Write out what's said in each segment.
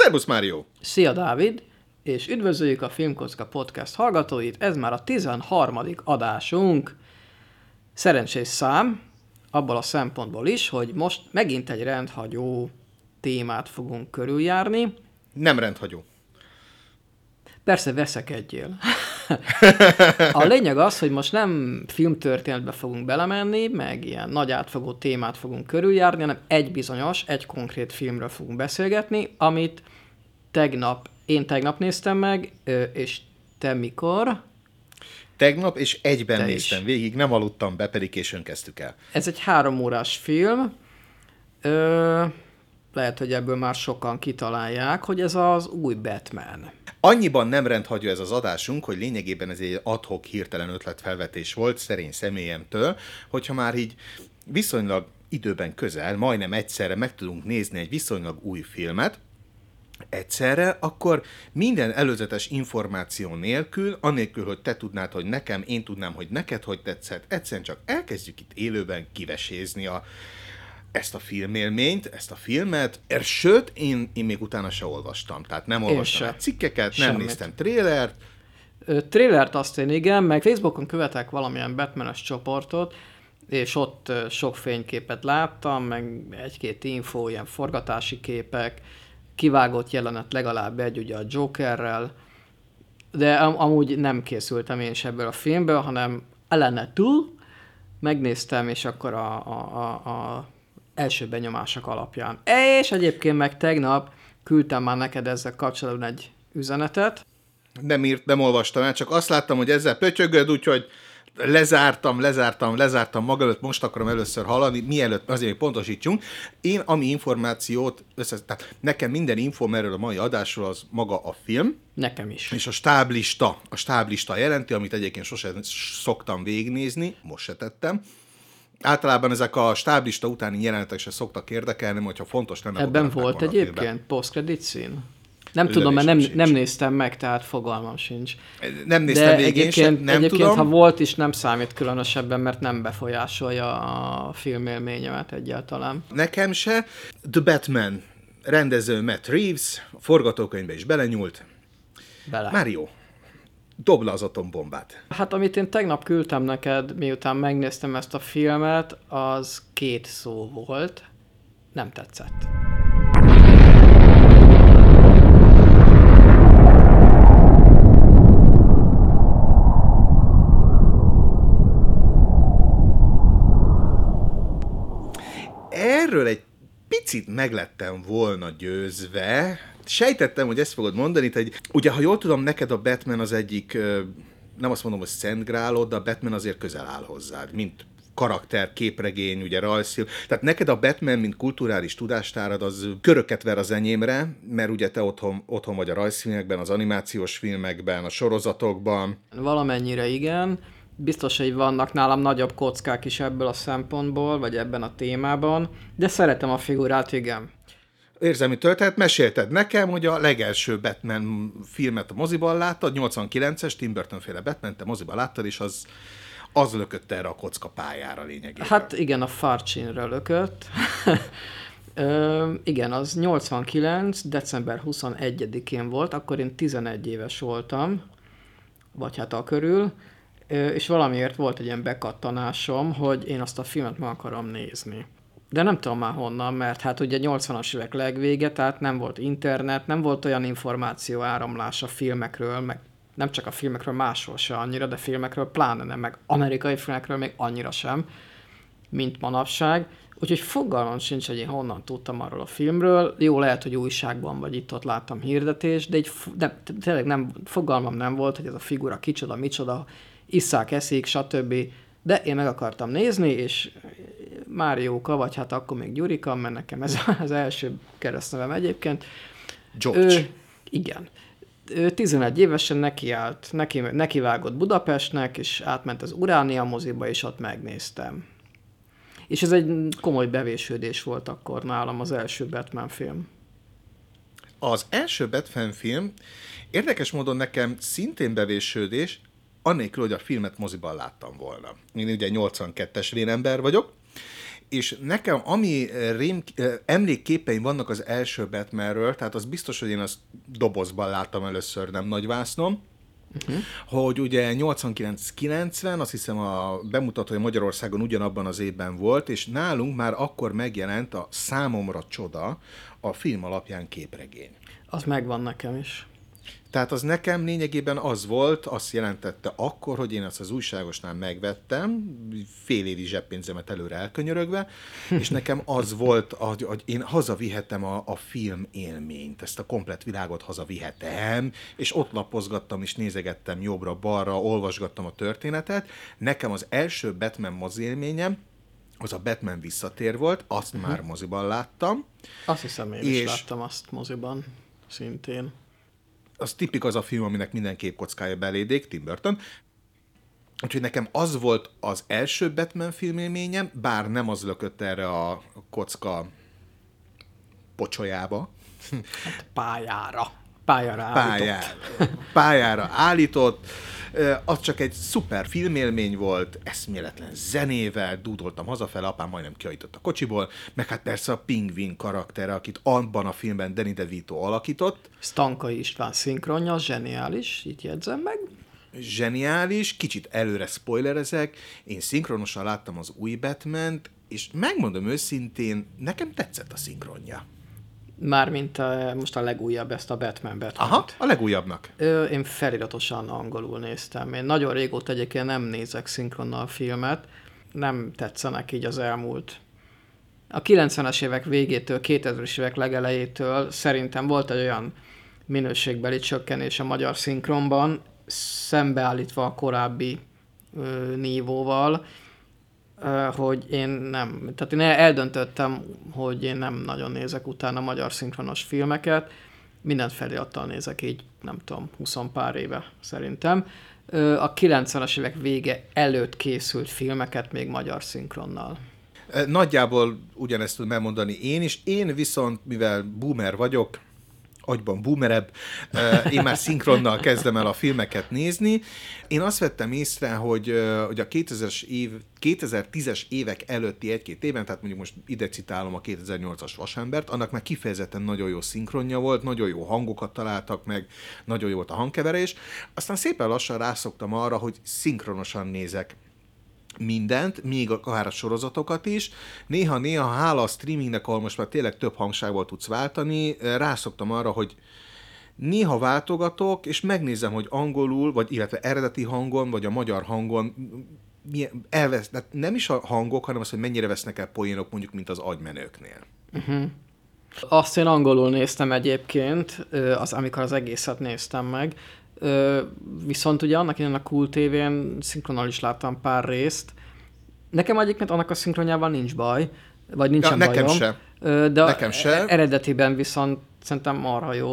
Szerbusz Mário! Szia Dávid, és üdvözöljük a Filmkocka Podcast hallgatóit, ez már a 13. adásunk. Szerencsés szám, abból a szempontból is, hogy most megint egy rendhagyó témát fogunk körüljárni. Nem rendhagyó. Persze veszekedjél. A lényeg az, hogy most nem filmtörténetbe fogunk belemenni, meg ilyen nagy átfogó témát fogunk körüljárni, hanem egy konkrét filmről fogunk beszélgetni, amit én tegnap néztem meg, és te mikor? Tegnap, és egyben te néztem is. végig, nem aludtam be, pedig későn kezdtük el. Ez egy 3 órás film. Lehet, hogy ebből már sokan kitalálják, hogy ez az új Batman. Annyiban nem rendhagyó ez az adásunk, hogy lényegében ez egy ad-hoc hirtelen ötletfelvetés volt szerény személyemtől, hogyha már így viszonylag időben közel, majdnem egyszerre meg tudunk nézni egy viszonylag új filmet, egyszerre, akkor minden előzetes információ nélkül, anélkül, hogy te tudnád, hogy nekem, én tudnám, hogy neked hogy tetszett, egyszerűen csak elkezdjük itt élőben kivesézni ezt a filmélményt, ezt a filmet, sőt, én még utána se olvastam. Tehát nem olvastam a cikkeket, nem néztem trélert. Trélert azt én igen, meg Facebookon követek valamilyen Batman-es csoportot, és ott sok fényképet láttam, meg egy-két infó, ilyen forgatási képek, kivágott jelenet legalább egy, ugye a Jokerrel, de amúgy nem készültem én is ebből a filmből, hanem ellene túl, megnéztem, és akkor a első benyomások alapján. És egyébként meg tegnap küldtem már neked ezzel kapcsolatban egy üzenetet. Nem olvastam el, csak azt láttam, hogy ezzel pötyögöd, úgyhogy lezártam maga előtt, most akarom először hallani, mielőtt azért pontosítsunk. Én, ami információt, tehát nekem minden infóm erről a mai adásról az maga a film. Nekem is. És a stáblista jelenti, amit egyébként sosem szoktam végignézni, most se tettem. Általában ezek a stáblista utáni jelenetek se szoktak érdekelni, hogyha fontos lenne. Ebben volt egyébként post-credit scene? Nem tudom, mert nem néztem meg, tehát fogalmam sincs. Nem néztem végén sem, nem egyébként, tudom. Ha volt is, nem számít különösebben, mert nem befolyásolja a filmélményemet egyáltalán. Nekem se. The Batman rendező Matt Reeves, a forgatókönyvbe is belenyúlt. Mário, dobd le az atombombát. Hát amit én tegnap küldtem neked, miután megnéztem ezt a filmet, az 2 szó volt. Nem tetszett. Erről egy picit meglettem volna győzve. Sejtettem, hogy ezt fogod mondani, hogy ugye, ha jól tudom, neked a Batman az egyik, nem azt mondom, hogy szent grálod, de a Batman azért közel áll hozzád, mint karakter, képregény, ugye rajzfilm. Tehát neked a Batman, mint kulturális tudástárad, az köröket ver az enyémre, mert ugye te otthon vagy a rajzfilmekben, az animációs filmekben, a sorozatokban. Valamennyire igen. Biztos, hogy vannak nálam nagyobb kockák is ebből a szempontból, vagy ebben a témában, de szeretem a figurát, igen. Érzelmi történet, mesélted nekem, hogy a legelső Batman filmet a moziban láttad, 89-es Tim Burton-féle Batman, te moziban láttad, és az lökött erre a kocka pályára lényegében. Hát igen, a Farcsinra lökött. Igen, az 89. december 21-én volt, akkor én 11 éves voltam, vagy hát a körül, és valamiért volt egy ilyen bekattanásom, hogy én azt a filmet meg akarom nézni. De nem tudom már honnan, mert hát ugye 80-as évek legvége, tehát nem volt internet, nem volt olyan információ áramlás a filmekről, meg nem csak a filmekről, máshol se annyira, de filmekről pláne nem, meg amerikai filmekről még annyira sem, mint manapság. Úgyhogy fogalmam sincs, hogy én honnan tudtam arról a filmről. Jó, lehet, hogy újságban vagy itt-ott láttam hirdetést, de tényleg nem, fogalmam nem volt, hogy ez a figura kicsoda, micsoda, isszák, eszik, stb. De én meg akartam nézni, és Márióka, vagy hát akkor még Gyurika, mert nekem ez az első keresztnevem egyébként. George. Igen. Ő 11 évesen nekivágott Budapestnek, és átment az Uránia moziba, és ott megnéztem. És ez egy komoly bevésődés volt akkor nálam az első Batman film. Az első Batman film érdekes módon nekem szintén bevésődés, annélkül, hogy a filmet moziban láttam volna. Én ugye 82-es vénember vagyok, És nekem, ami emlékképeim vannak az első Batmanről, tehát az biztos, hogy én azt dobozban láttam először, nem nagyvásznom, hogy ugye 89-90, azt hiszem a bemutatója Magyarországon ugyanabban az évben volt, és nálunk már akkor megjelent a számomra csoda, a film alapján képregény. Az megvan nekem is. Tehát az nekem lényegében az volt, azt jelentette akkor, hogy én azt az újságosnál megvettem, fél évi zseppénzemet előre elkönyörögve, és nekem az volt, hogy én hazavihetem a film élményt, ezt a komplett világot hazavihetem, és ott lapozgattam, és nézegettem jobbra-balra, olvasgattam a történetet. Nekem az első Batman mozélményem, az a Batman visszatér volt, azt már moziban láttam. Azt hiszem, én is láttam azt moziban, szintén. Az tipik az a film, aminek minden képkockája belédik, Tim Burton. Úgyhogy nekem az volt az első Batman filmélményem, bár nem az lökött erre a kocka pocsolyába. Hát pályára állított. Az csak egy szuper filmélmény volt, eszméletlen zenével, dúdoltam hazafele, apám majdnem kiajított a kocsiból, meg hát persze a Pingvin karaktere, akit abban a filmben Danny DeVito alakított. Stankai István szinkronja, zseniális, itt jegyzem meg. Zseniális, kicsit előre spoilerezek, én szinkronosan láttam az új Batmant, és megmondom őszintén, nekem tetszett a szinkronja. Mármint most a legújabb, ezt a Batman-t. Aha, a legújabbnak. Én feliratosan angolul néztem. Én nagyon régóta egyébként nem nézek szinkronnal filmet, nem tetszenek így az elmúlt. A 90-es évek végétől, 2000-es évek legelejétől szerintem volt egy olyan minőségbeli csökkenés a magyar szinkronban, szembeállítva a korábbi nívóval, hogy én nem, tehát én eldöntöttem, hogy én nem nagyon nézek utána magyar szinkronos filmeket, mindent felirattal nézek így, nem tudom, 20 pár éve szerintem. A 90-es évek vége előtt készült filmeket még magyar szinkronnal. Nagyjából ugyanezt tudom elmondani én is, én viszont, mivel boomer vagyok, agyban boomerebb, én már szinkronnal kezdem el a filmeket nézni. Én azt vettem észre, hogy a 2010-es évek előtti egy-két évben, tehát mondjuk most ide citálom a 2008-as Vasembert, annak már kifejezetten nagyon jó szinkronja volt, nagyon jó hangokat találtak meg, nagyon jó volt a hangkeverés. Aztán szépen lassan rászoktam arra, hogy szinkronosan nézek mindent, még akár a sorozatokat is. Néha-néha, hála a streamingnek, ahol most már tényleg több hangságból tudsz váltani, rászoktam arra, hogy néha váltogatok, és megnézem, hogy angolul, vagy illetve eredeti hangon, vagy a magyar hangon nem is a hangok, hanem az, hogy mennyire vesznek el poénok, mondjuk, mint az agymenőknél. Uh-huh. Azt én angolul néztem egyébként, amikor az egészet néztem meg, viszont ugye annak idején a Cool TV-n szinkronnal is láttam pár részt. Nekem egyébként annak a szinkronjával nincs baj, vagy nincsen nekem bajom. Se. De nekem se. Eredetiben viszont szerintem marha jó.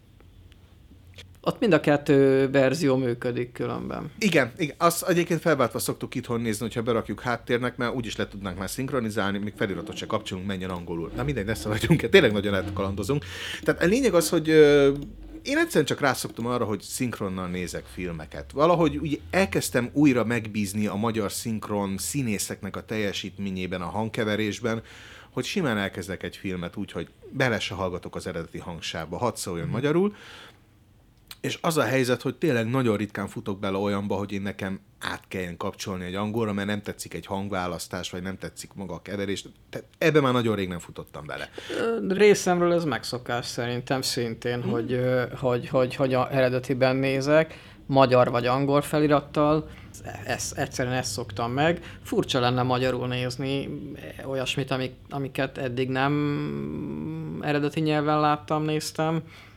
Ott mind a kettő verzió működik különben. Igen, azt egyébként felváltva szoktuk itthon nézni, hogyha berakjuk háttérnek, mert úgyis le tudnánk már szinkronizálni, még feliratot se kapcsolunk, menjen angolul. Na mindegy, ne szaladjunk, tényleg nagyon elkalandozunk. Tehát a lényeg az, hogy én egyszerűen csak rászoktam arra, hogy szinkronnal nézek filmeket. Valahogy úgy elkezdtem újra megbízni a magyar szinkron színészeknek a teljesítményében, a hangkeverésben, hogy simán elkezdek egy filmet úgy, hogy bele se hallgatok az eredeti hangsávba, hadd szóljon magyarul. És az a helyzet, hogy tényleg nagyon ritkán futok bele olyanba, hogy én nekem át kelljen kapcsolni egy angolra, mert nem tetszik egy hangválasztás, vagy nem tetszik maga a keverés. Tehát ebbe már nagyon rég nem futottam bele. Részemről ez megszokás szerintem szintén, hogy a eredetiben nézek, magyar vagy angol felirattal. Egyszerűen ezt szoktam meg. Furcsa lenne magyarul nézni olyasmit, amiket eddig nem eredeti nyelven láttam, néztem.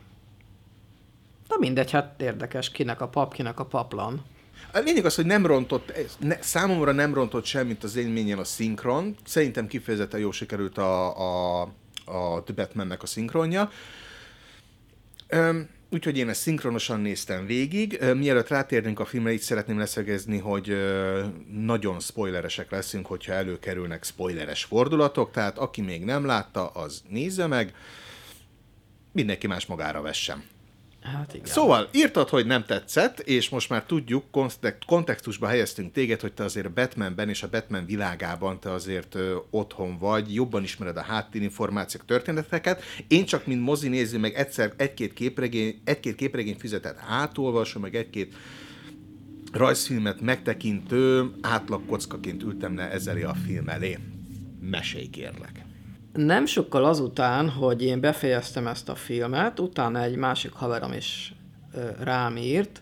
Na mindegy, hát érdekes, kinek a pap, kinek a paplan. A lényeg az, hogy nem rontott, számomra nem rontott semmit az élményen a szinkron. Szerintem kifejezetten jól sikerült a The Batmannek a szinkronja. Úgyhogy én ezt szinkronosan néztem végig. Mielőtt rátérnénk a filmre, így szeretném leszögezni, hogy nagyon spoileresek leszünk, hogyha előkerülnek spoileres fordulatok, tehát aki még nem látta, az nézze meg, mindenki más magára vessen. Hát igen. Szóval írtad, hogy nem tetszett, és most már tudjuk, kontextusba helyeztünk téged, hogy te azért a Batmanben és a Batman világában te azért otthon vagy, jobban ismered a háttérinformációk, történeteket. Én csak, mint mozinéző, meg egyszer egy-két képregény füzetet átolvasom, meg egy-két rajzfilmet megtekintő átlagkockaként ültem le ezzel a film elé. Mesélj, kérlek. Nem sokkal azután, hogy én befejeztem ezt a filmet, utána egy másik haverom is rám írt,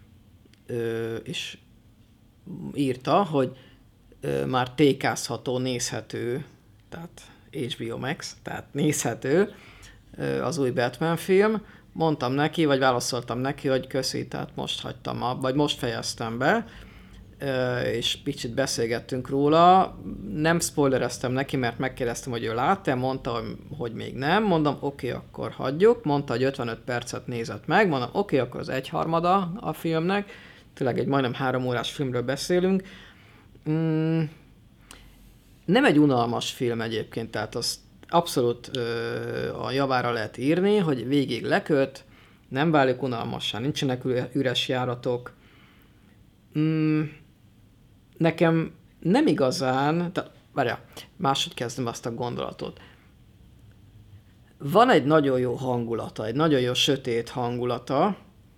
és írta, hogy már tékázható, nézhető, tehát HBO Max, tehát nézhető az új Batman film. Mondtam neki, vagy válaszoltam neki, hogy köszi, tehát most hagytam vagy most fejeztem be, és kicsit beszélgettünk róla. Nem spoilereztem neki, mert megkérdeztem, hogy ő látta, mondta, hogy még nem. Mondom, oké, akkor hagyjuk. Mondta, hogy 55 percet nézett meg. Mondom, oké, akkor az 1/3 a filmnek. Tényleg egy majdnem 3 órás filmről beszélünk. Nem egy unalmas film egyébként, tehát azt abszolút a javára lehet írni, hogy végig leköt, nem válik unalmassá, nincsenek üres járatok. Nekem nem igazán, máshogy kezdem azt a gondolatot. Van egy nagyon jó hangulata, egy nagyon jó sötét hangulata,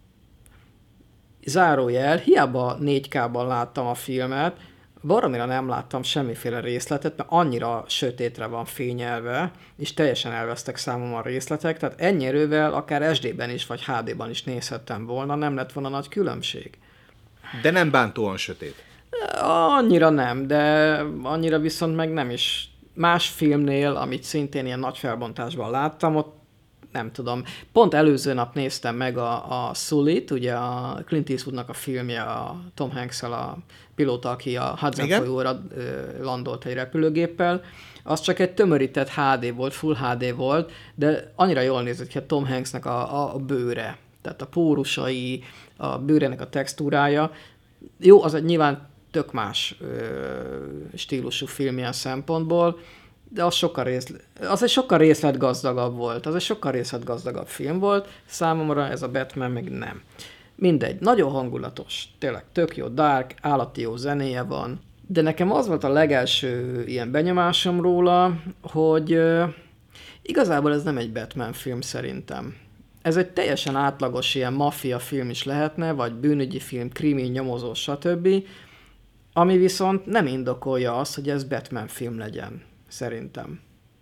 zárójel, hiába 4K-ban láttam a filmet, baromira nem láttam semmiféle részletet, mert annyira sötétre van fényelve, és teljesen elvesztek számomra a részletek, tehát ennyi erővel akár SD-ben is, vagy HD-ban is nézhettem volna, nem lett volna nagy különbség. De nem bántóan sötét. Annyira nem, de annyira viszont meg nem is. Más filmnél, amit szintén ilyen nagy felbontásban láttam, ott nem tudom. Pont előző nap néztem meg a Sullyt, ugye a Clint Eastwoodnak a filmje, a Tom Hanks-el a pilóta, aki a Hudson folyóra landolt egy repülőgéppel. Az csak egy tömörített HD volt, full HD volt, de annyira jól nézett ki a Tom Hanksnek a bőre. Tehát a pórusai, a bőrének a textúrája. Jó, az egy nyilván tök más stílusú film ilyen szempontból, de az egy sokkal részletgazdagabb volt. Az egy sokkal részletgazdagabb film volt. Számomra ez a Batman meg nem. Mindegy, nagyon hangulatos. Tényleg tök jó, dark, állati jó zenéje van. De nekem az volt a legelső ilyen benyomásom róla, hogy igazából ez nem egy Batman film szerintem. Ez egy teljesen átlagos ilyen maffia film is lehetne, vagy bűnügyi film, krimi, nyomozó, stb., ami viszont nem indokolja azt, hogy ez Batman film legyen, szerintem.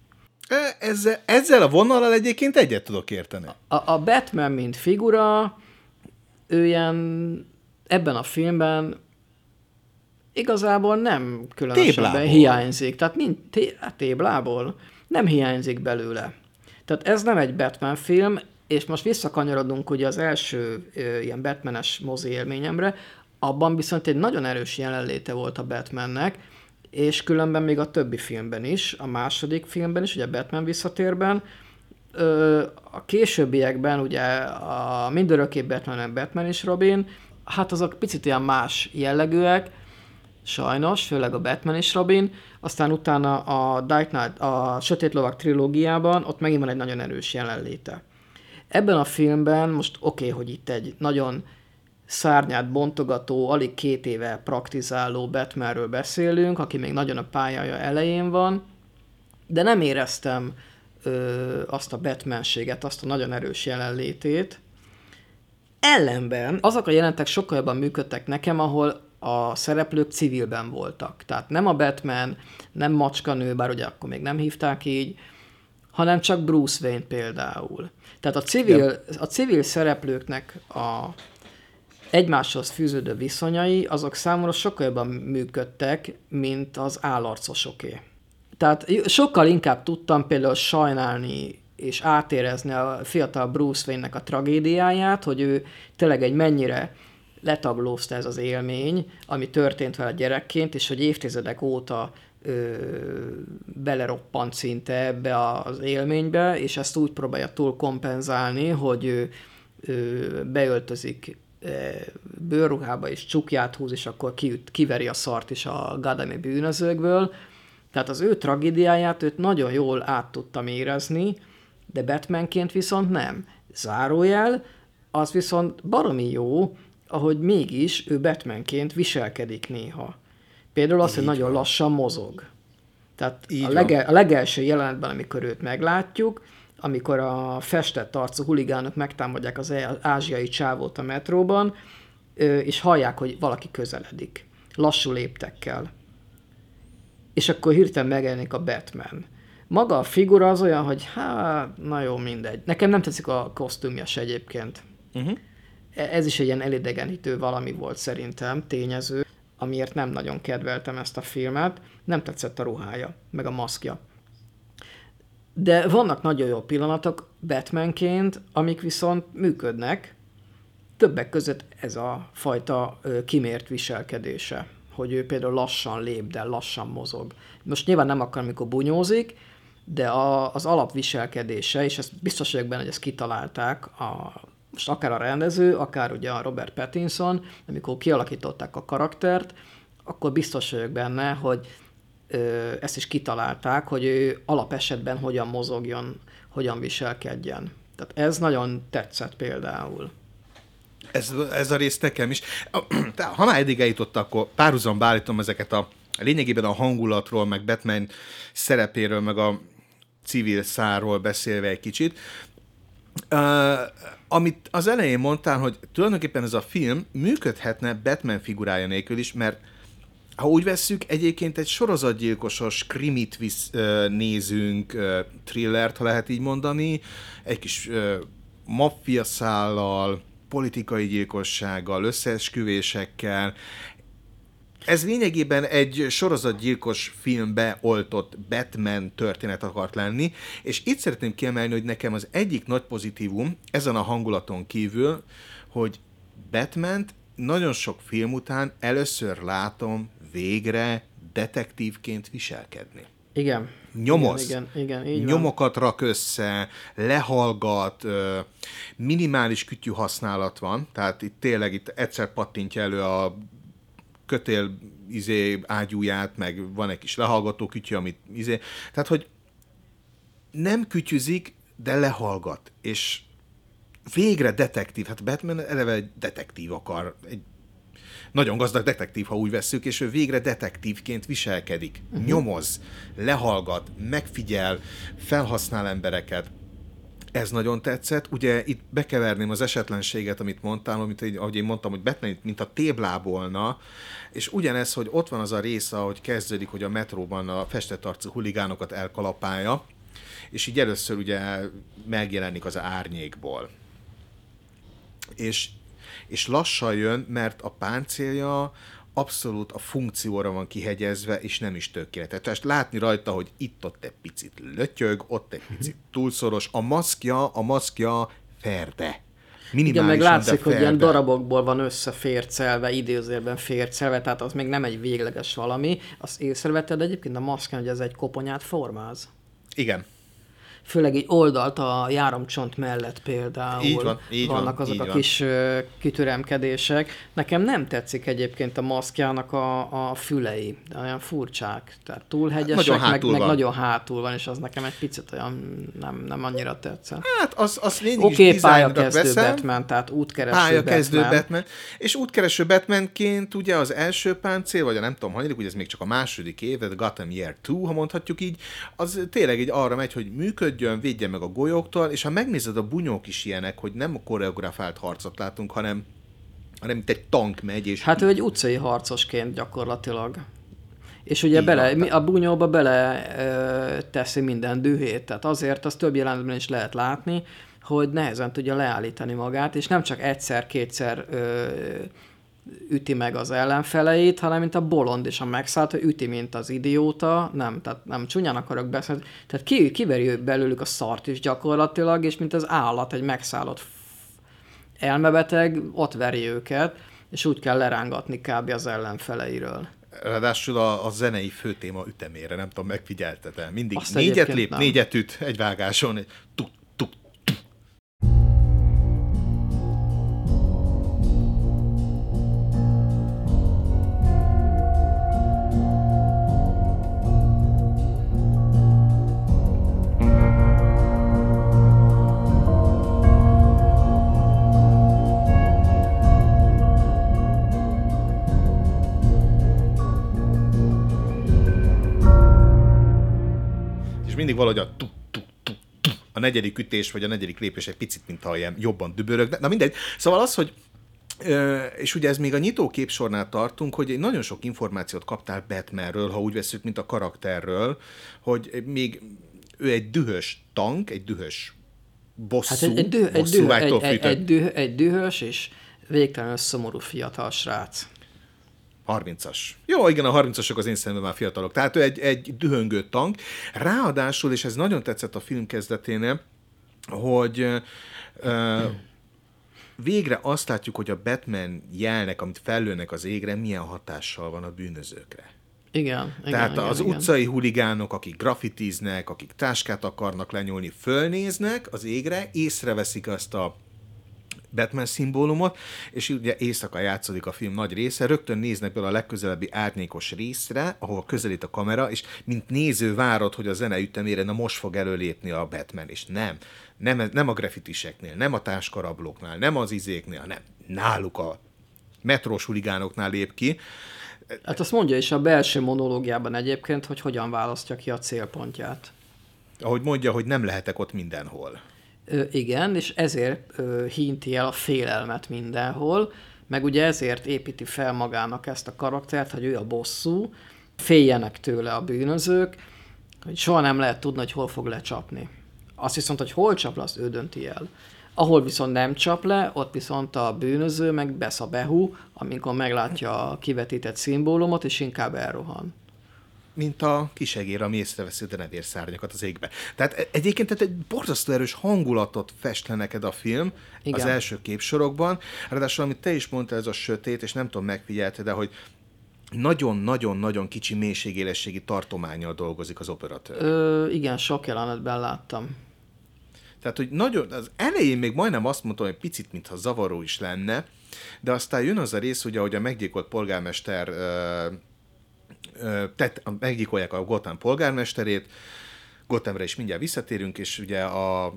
Ezzel a vonallal egyébként egyet tudok érteni. A Batman, mint figura, ő ilyen ebben a filmben igazából nem különösebben hiányzik. Tehát téblából nem hiányzik belőle. Tehát ez nem egy Batman film, és most visszakanyarodunk ugye az első ilyen Batman-es mozi élményemre, abban viszont egy nagyon erős jelenléte volt a Batmannek, és különben még a többi filmben is, a második filmben is, ugye a Batman visszatérben, a későbbiekben ugye a Mindörökké Batman és Robin, hát azok picit ilyen más jellegűek, sajnos, főleg a Batman és Robin, aztán utána a Dark Knight, a Sötét Lovag trilógiában, ott megint van egy nagyon erős jelenléte. Ebben a filmben most oké, hogy itt egy nagyon szárnyát bontogató, alig 2 éve praktizáló Batmanről beszélünk, aki még nagyon a pályája elején van, de nem éreztem azt a Batmanséget, azt a nagyon erős jelenlétét. Ellenben azok a jelenetek sokkal jobban működtek nekem, ahol a szereplők civilben voltak. Tehát nem a Batman, nem macskanő, bár ugye akkor még nem hívták így, hanem csak Bruce Wayne például. Tehát a civil szereplőknek a egymáshoz fűződő viszonyai, azok számomra sokkal jobban működtek, mint az állarcosoké. Tehát sokkal inkább tudtam például sajnálni és átérezni a fiatal Bruce Wayne-nek a tragédiáját, hogy ő tényleg egy mennyire letaglózta ez az élmény, ami történt vele gyerekként, és hogy évtizedek óta beleroppant szinte ebbe az élménybe, és ezt úgy próbálja túl kompenzálni, hogy ő beöltözik bőrruhába és csukját húz, és akkor kiveri a szart is a Gothami bűnözőkből. Tehát az ő tragédiáját őt nagyon jól át tudtam érezni, de Batmanként viszont nem. Zárójel, az viszont baromi jó, ahogy mégis ő Batmanként viselkedik néha. Például az, hogy nagyon lassan mozog. Tehát a legelső jelenetben, amikor őt meglátjuk, amikor a festett arcú huligánok megtámadják az ázsiai csávót a metróban, és hallják, hogy valaki közeledik. Lassú léptekkel. És akkor hirtelen megjelenik a Batman. Maga a figura az olyan, hogy na jó, mindegy. Nekem nem tetszik a kosztümje se egyébként. Ez is egy ilyen elidegenítő valami volt szerintem, tényező, amiért nem nagyon kedveltem ezt a filmet. Nem tetszett a ruhája, meg a maszkja. De vannak nagyon jó pillanatok Batmanként, amik viszont működnek. Többek között ez a fajta kimért viselkedése, hogy ő például lassan lép, de lassan mozog. Most nyilván nem akar, amikor bunyózik, de az alapviselkedése, és ezt biztos vagyok benne, hogy ezt kitalálták, most akár a rendező, akár ugye a Robert Pattinson, amikor kialakították a karaktert, akkor biztos vagyok benne, hogy ezt is kitalálták, hogy ő alapesetben hogyan mozogjon, hogyan viselkedjen. Tehát ez nagyon tetszett például. Ez a rész nekem is. Ha már eddig eljutott, akkor párhuzamba állítom ezeket lényegében a hangulatról, meg Batman szerepéről, meg a civil szárról beszélve egy kicsit. Amit az elején mondtál, hogy tulajdonképpen ez a film működhetne Batman figurája nélkül is, mert ha úgy vesszük, egyébként egy sorozatgyilkosos krimit nézünk, thrillert, ha lehet így mondani, egy kis maffia szállal, politikai gyilkossággal, összeesküvésekkel. Ez lényegében egy sorozatgyilkos filmbe oltott Batman történet akart lenni, és itt szeretném kiemelni, hogy nekem az egyik nagy pozitívum ezen a hangulaton kívül, hogy Batmant nagyon sok film után először látom végre detektívként viselkedni. Igen. Nyomoz. Igen, így nyomokat van. Rak össze, lehallgat, minimális kütyű használat van, tehát itt tényleg itt egyszer pattintja elő a kötél ágyúját, meg van egy kis lehallgató kütyű, amit tehát, hogy nem kütyüzik, de lehallgat, és végre detektív, hát Batman eleve egy detektív akar, egy nagyon gazdag detektív, ha úgy vesszük, és ő végre detektívként viselkedik, nyomoz, lehallgat, megfigyel, felhasznál embereket. Ez nagyon tetszett. Ugye itt bekeverném az esetlenséget, amit mondtál, ahogy én mondtam, hogy Batman mint a téblábolna, és ugyanez, hogy ott van az a része, hogy kezdődik, hogy a metróban a festett arcú huligánokat elkalapálja, és így először ugye megjelenik az árnyékból. És lassan jön, mert a páncélja abszolút a funkcióra van kihegyezve, és nem is tökéletes. Tehát látni rajta, hogy itt-ott egy picit lötyög, ott egy picit túlszoros. A maszkja ferde. Igen, meg látszik, hogy ilyen darabokból van összefércelve, idézőjelben fércelve, tehát az még nem egy végleges valami. Azt észrevetted egyébként a maszkján, hogy ez egy koponyát formáz? Igen. Főleg így oldalt a járomcsont mellett például így vannak van, azok a van. kis kitüremkedések. Nekem nem tetszik egyébként a maszkjának a fülei, de olyan furcsák. Tehát túl hegyesek, meg nagyon hátul van, és az nekem egy picit olyan nem annyira tetszett. Hát az lényeg is pályakezdő Batman, tehát útkereső Batman. És útkereső Batmanként ugye az első páncél, vagy nem tudom, hanyadik, ugye ez még csak a második év, Gotham Year 2, ha mondhatjuk így, az tényleg így arra megy, hogy működjön, védje meg a golyóktól, és ha megnézed, a bunyók is ilyenek, hogy nem a koreografált harcot látunk, hanem mint egy tank megy, és... Hát ő egy utcai harcosként gyakorlatilag. És ugye a bunyóba bele teszi minden dühét, tehát azért az több jelenetben is lehet látni, hogy nehezen tudja leállítani magát, és nem csak egyszer-kétszer üti meg az ellenfeleit, hanem mint a bolond és a megszállt, hogy üti, mint az idióta, tehát nem csúnyán akarok beszélni, tehát kiveri belőlük a szart is gyakorlatilag, és mint az állat, egy megszállott elmebeteg, ott veri őket, és úgy kell lerángatni kb. Az ellenfeleiről. Ráadásul a zenei főtéma ütemére, nem tudom, megfigyelted-e. Mindig azt négyet lép, négyet üt egy vágáson, tuk. mindig valahogy a negyedik ütés, vagy a negyedik lépés egy picit, mintha ilyen jobban dübörög. Na mindegy. Szóval az, hogy és ugye ez még a nyitó képsornál tartunk, hogy nagyon sok információt kaptál Batmanről, ha úgy veszük, mint a karakterről, hogy még ő egy dühös tank, egy dühös bosszú, egy dühös és végtelenül szomorú fiatal srác. 30-as. Jó, igen, a 30-asok az én szemben már fiatalok. Tehát ő egy dühöngő tank. Ráadásul, és ez nagyon tetszett a film kezdeténél, hogy végre azt látjuk, hogy a Batman jelnek, amit fellőnek az égre, milyen hatással van a bűnözőkre. Igen. Tehát az utcai huligánok, akik graffitiznek, akik táskát akarnak lenyúlni, fölnéznek az égre, észreveszik azt a Batman szimbólumot, és ugye éjszaka játszódik a film nagy része, rögtön néznek bele a legközelebbi árnyékos részre, ahol közelít a kamera, és mint néző várod, hogy a zene ütemére, na most fog előlépni a Batman, és nem a graffitiseknél, nem a táskarablóknál, nem az izéknél, nem, náluk a metrós huligánoknál lép ki. Hát azt mondja is a belső monológiában egyébként, hogy hogyan választja ki a célpontját. Ahogy mondja, hogy nem lehetek ott mindenhol. Igen, és ezért hinti el a félelmet mindenhol, meg ugye ezért építi fel magának ezt a karaktert, hogy ő a bosszú, féljenek tőle a bűnözők, hogy soha nem lehet tudni, hogy hol fog lecsapni. Azt viszont, hogy hol csap le, azt ő dönti el. Ahol viszont nem csap le, ott viszont a bűnöző meg besz a behú, amikor meglátja a kivetített szimbólumot, és inkább elrohan. Mint a kisegér, ami észreveszi a denevérszárnyakat az égbe. Tehát egyébként egy borzasztó erős hangulatot fest le neked a film. Igen. Az első képsorokban. Ráadásul, amit te is mondtál, ez a sötét, és nem tudom, megfigyelte, de hogy nagyon-nagyon-nagyon kicsi mélységélességi tartománnyal dolgozik az operatőr. Igen, sok jelenetben láttam. Tehát, hogy nagyon, az elején még majdnem azt mondtam, hogy picit, mintha zavaró is lenne, de aztán jön az a rész, ugye, ahogy a meggyilkolt polgármester meggyilkolják a Gotham polgármesterét, Gothamra is mindjárt visszatérünk, és ugye a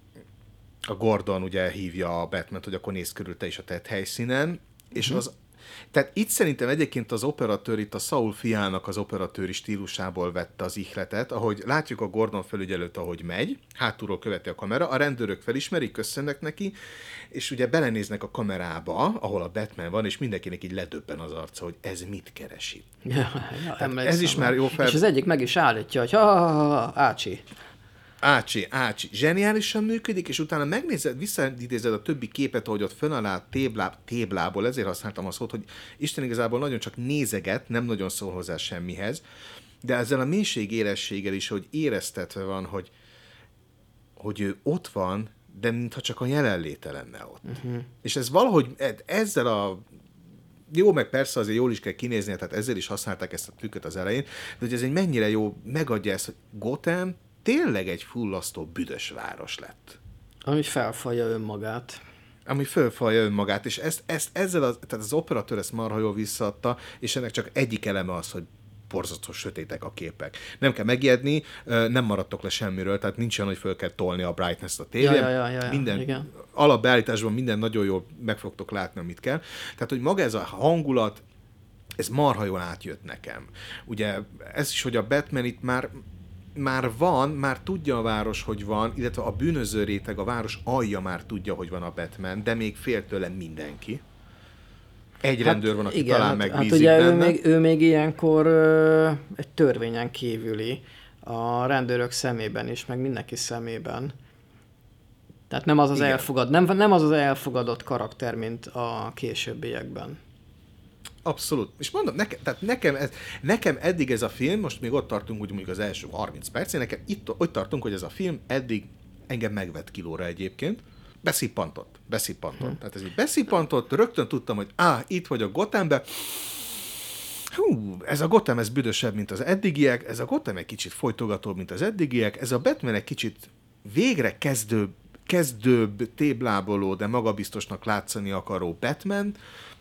Gordon ugye hívja a Batman-t, hogy akkor nézz körül te is a tett helyszínen, és tehát itt szerintem egyébként az operatőr, itt a Saul fiának az operatőri stílusából vette az ihletet, ahogy látjuk a Gordon felügyelőt, ahogy megy, hátulról követi a kamera, a rendőrök felismerik, köszönnek neki, és ugye belenéznek a kamerába, ahol a Batman van, és mindenkinek így ledöbben az arca, hogy ez mit keres itt. Ez is már jó fel... És az egyik meg is állítja, hogy ácsi. Ácsi. Zseniálisan működik, és utána megnézed, visszaidézed a többi képet, ahogy ott fönnáll a téblából, ezért használtam a szót, hogy Isten igazából nagyon csak nézeget, nem nagyon szól hozzá semmihez, de ezzel a mélységélességgel is, hogy éreztetve van, hogy ő ott van, de mintha csak a jelenléte lenne ott. És ez valahogy ezzel a jó, meg persze azért jól is kell kinézni, tehát ezzel is használták ezt a trükköt az elején, de hogy ez egy mennyire jó, megadja ezt, hogy Gotham tényleg egy fullasztó büdös város lett. Ami felfalja önmagát. És tehát az operatőr ezt marha jól visszaadta, és ennek csak egyik eleme az, hogy borzasztó sötétek a képek. Nem kell megijedni, nem maradtok le semmiről, tehát nincs olyan, hogy föl kell tolni a brightness-t a tévén. Minden alapbeállításban minden nagyon jól meg fogtok látni, amit kell. Tehát, hogy maga ez a hangulat, ez marha jól átjött nekem. Ugye ez is, hogy a Batman itt már van, már tudja a város, hogy van, illetve a bűnöző réteg, a város alja már tudja, hogy van a Batman, de még fél tőle mindenki. Egy rendőr van, aki talán megbízik ugye benne. Ő még ilyenkor egy törvényen kívüli a rendőrök szemében is, meg mindenki szemében. Tehát nem az az elfogadott karakter, mint a későbbiekben. Abszolút. És mondom, nekem eddig ez a film, most még ott tartunk, hogy mondjuk az első 30 percén, nekem ott tartunk, hogy ez a film eddig engem megvett kilóra egyébként. Beszippantott. Tehát ez így beszippantott, rögtön tudtam, hogy itt vagyok Gothambe. Ez a Gotham, ez büdösebb, mint az eddigiek, ez a Gotham egy kicsit folytogatóbb, mint az eddigiek, ez a Batman egy kicsit végre kezdőbb, tébláboló, de magabiztosnak látszani akaró Batman.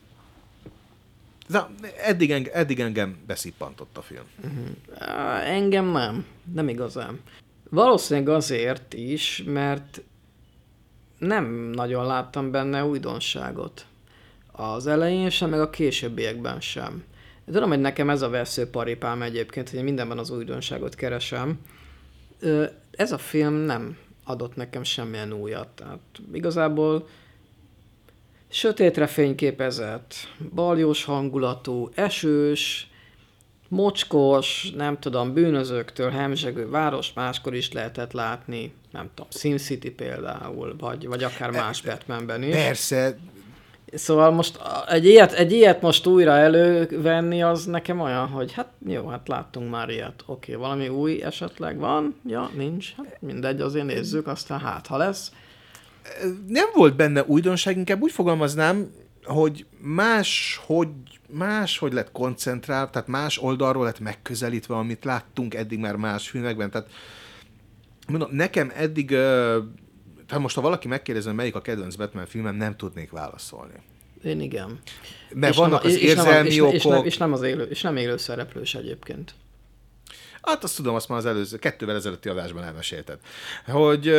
Eddig engem beszippantott a film. Engem nem igazán. Valószínűleg azért is, mert nem nagyon láttam benne újdonságot. Az elején sem, meg a későbbiekben sem. Tudom, hogy nekem ez a veszőparipám egyébként, hogy mindenben az újdonságot keresem, Ez a film nem adott nekem semmilyen újat. Tehát igazából sötétre fényképezett, baljós hangulatú, esős, mocskos, nem tudom, bűnözőktől hemzsegő város máskor is lehetett látni, nem tudom, Sin City például, vagy akár más Batmanben is. Persze. Szóval most egy ilyet most újra elővenni, az nekem olyan, hogy hát jó, hát láttunk már ilyet. Oké, valami új esetleg van? Ja, nincs. Hát mindegy, azért nézzük, aztán hát, ha lesz. Nem volt benne újdonság, inkább úgy fogalmaznám, hogy máshogy lett koncentrál, tehát más oldalról lett megközelítve, amit láttunk eddig már más filmekben. Tehát mondom, nekem eddig, tehát most ha valaki megkérdezem, melyik a kedvenc Batman filmem, nem tudnék válaszolni. Én igen. Mert vannak az érzelmi okok. És nem élő szereplős egyébként. Hát azt tudom, azt már az 2-vel ezelőtti adásban elmesélted. Hogy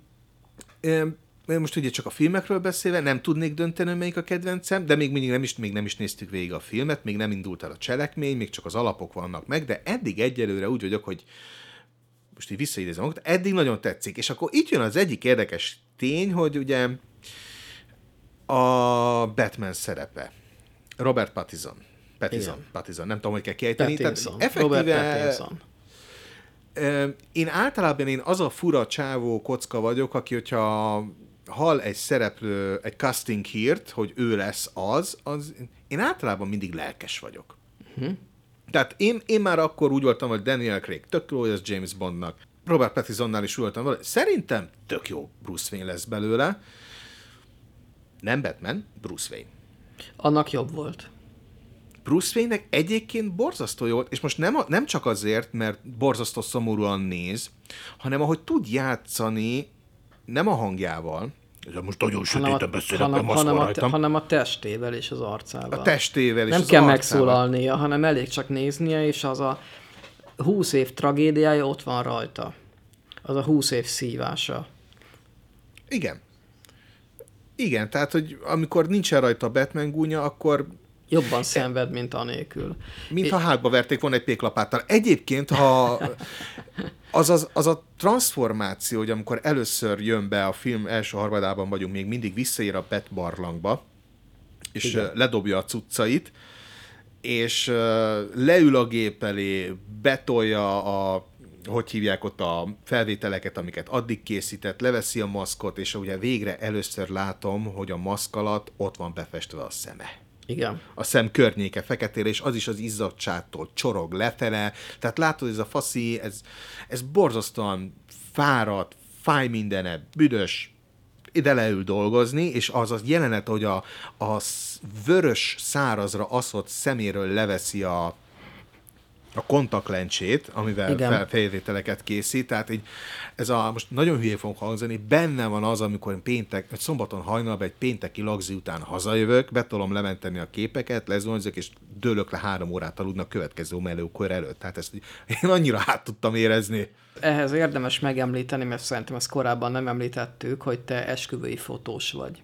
most ugye csak a filmekről beszélve, nem tudnék dönteni, melyik a kedvencem, de még nem is néztük végig a filmet, még nem indult el a cselekmény, még csak az alapok vannak meg, de eddig egyelőre úgy vagyok, hogy most így visszaidézem magukat, eddig nagyon tetszik. És akkor itt jön az egyik érdekes tény, hogy ugye a Batman szerepe. Robert Pattinson, nem tudom, hogy kell kiejteni. Robert Pattinson. Én általában az a fura csávó kocka vagyok, aki, hogyha hall egy szereplő, egy casting hírt, hogy ő lesz az én általában mindig lelkes vagyok. Tehát én már akkor úgy voltam, hogy Daniel Craig tök jó, az James Bondnak. Robert Pattinsonnál is úgy voltam, szerintem tök jó Bruce Wayne lesz belőle. Nem Batman, Bruce Wayne. Annak jobb volt. Bruce Wayne-nek egyébként borzasztó jó volt, és most nem csak azért, mert borzasztó szomorúan néz, hanem ahogy tud játszani, nem a hangjával, ez most nagyon sötéten beszélek, mert maszk van rajtam. Hanem a testével és az arcával. A testével és nem az kell arcával. megszólalnia, hanem elég csak néznie, és az a 20 év tragédiája ott van rajta. Az a 20 év szívása. Igen, tehát, hogy amikor nincsen rajta a Batman gúnya, akkor jobban szenved, mint anélkül. Mintha hátba verték volna egy péklapáttal. Egyébként, ha az a transformáció, hogy amikor először jön be a film első harmadában vagyunk, még mindig visszaér a Bat barlangba, és igen, ledobja a cuccait, és leül a gép elé, betolja hogy hívják ott a felvételeket, amiket addig készített, leveszi a maszkot, és ugye végre először látom, hogy a maszk alatt ott van befestve a szeme. Igen. A szem környéke feketére, és az is az izzadságtól csorog lefele. Tehát látod, ez a faszi, ez borzasztóan fáradt, fáj mindene, büdös, ide leül dolgozni, és az a jelenet, hogy a vörös szárazra aszott szeméről leveszi a kontaktlencsét, amivel felvételeket készít, tehát így most nagyon hülyén fogok hangzani, benne van az, amikor szombaton hajnalban egy pénteki lagzi után hazajövök, betolom lementeni a képeket, lezonyzok, és dőlök le 3 órát aludnak következő melókor előtt. Tehát ezt én annyira át tudtam érezni. Ehhez érdemes megemlíteni, mert szerintem ezt korábban nem említettük, hogy te esküvői fotós vagy.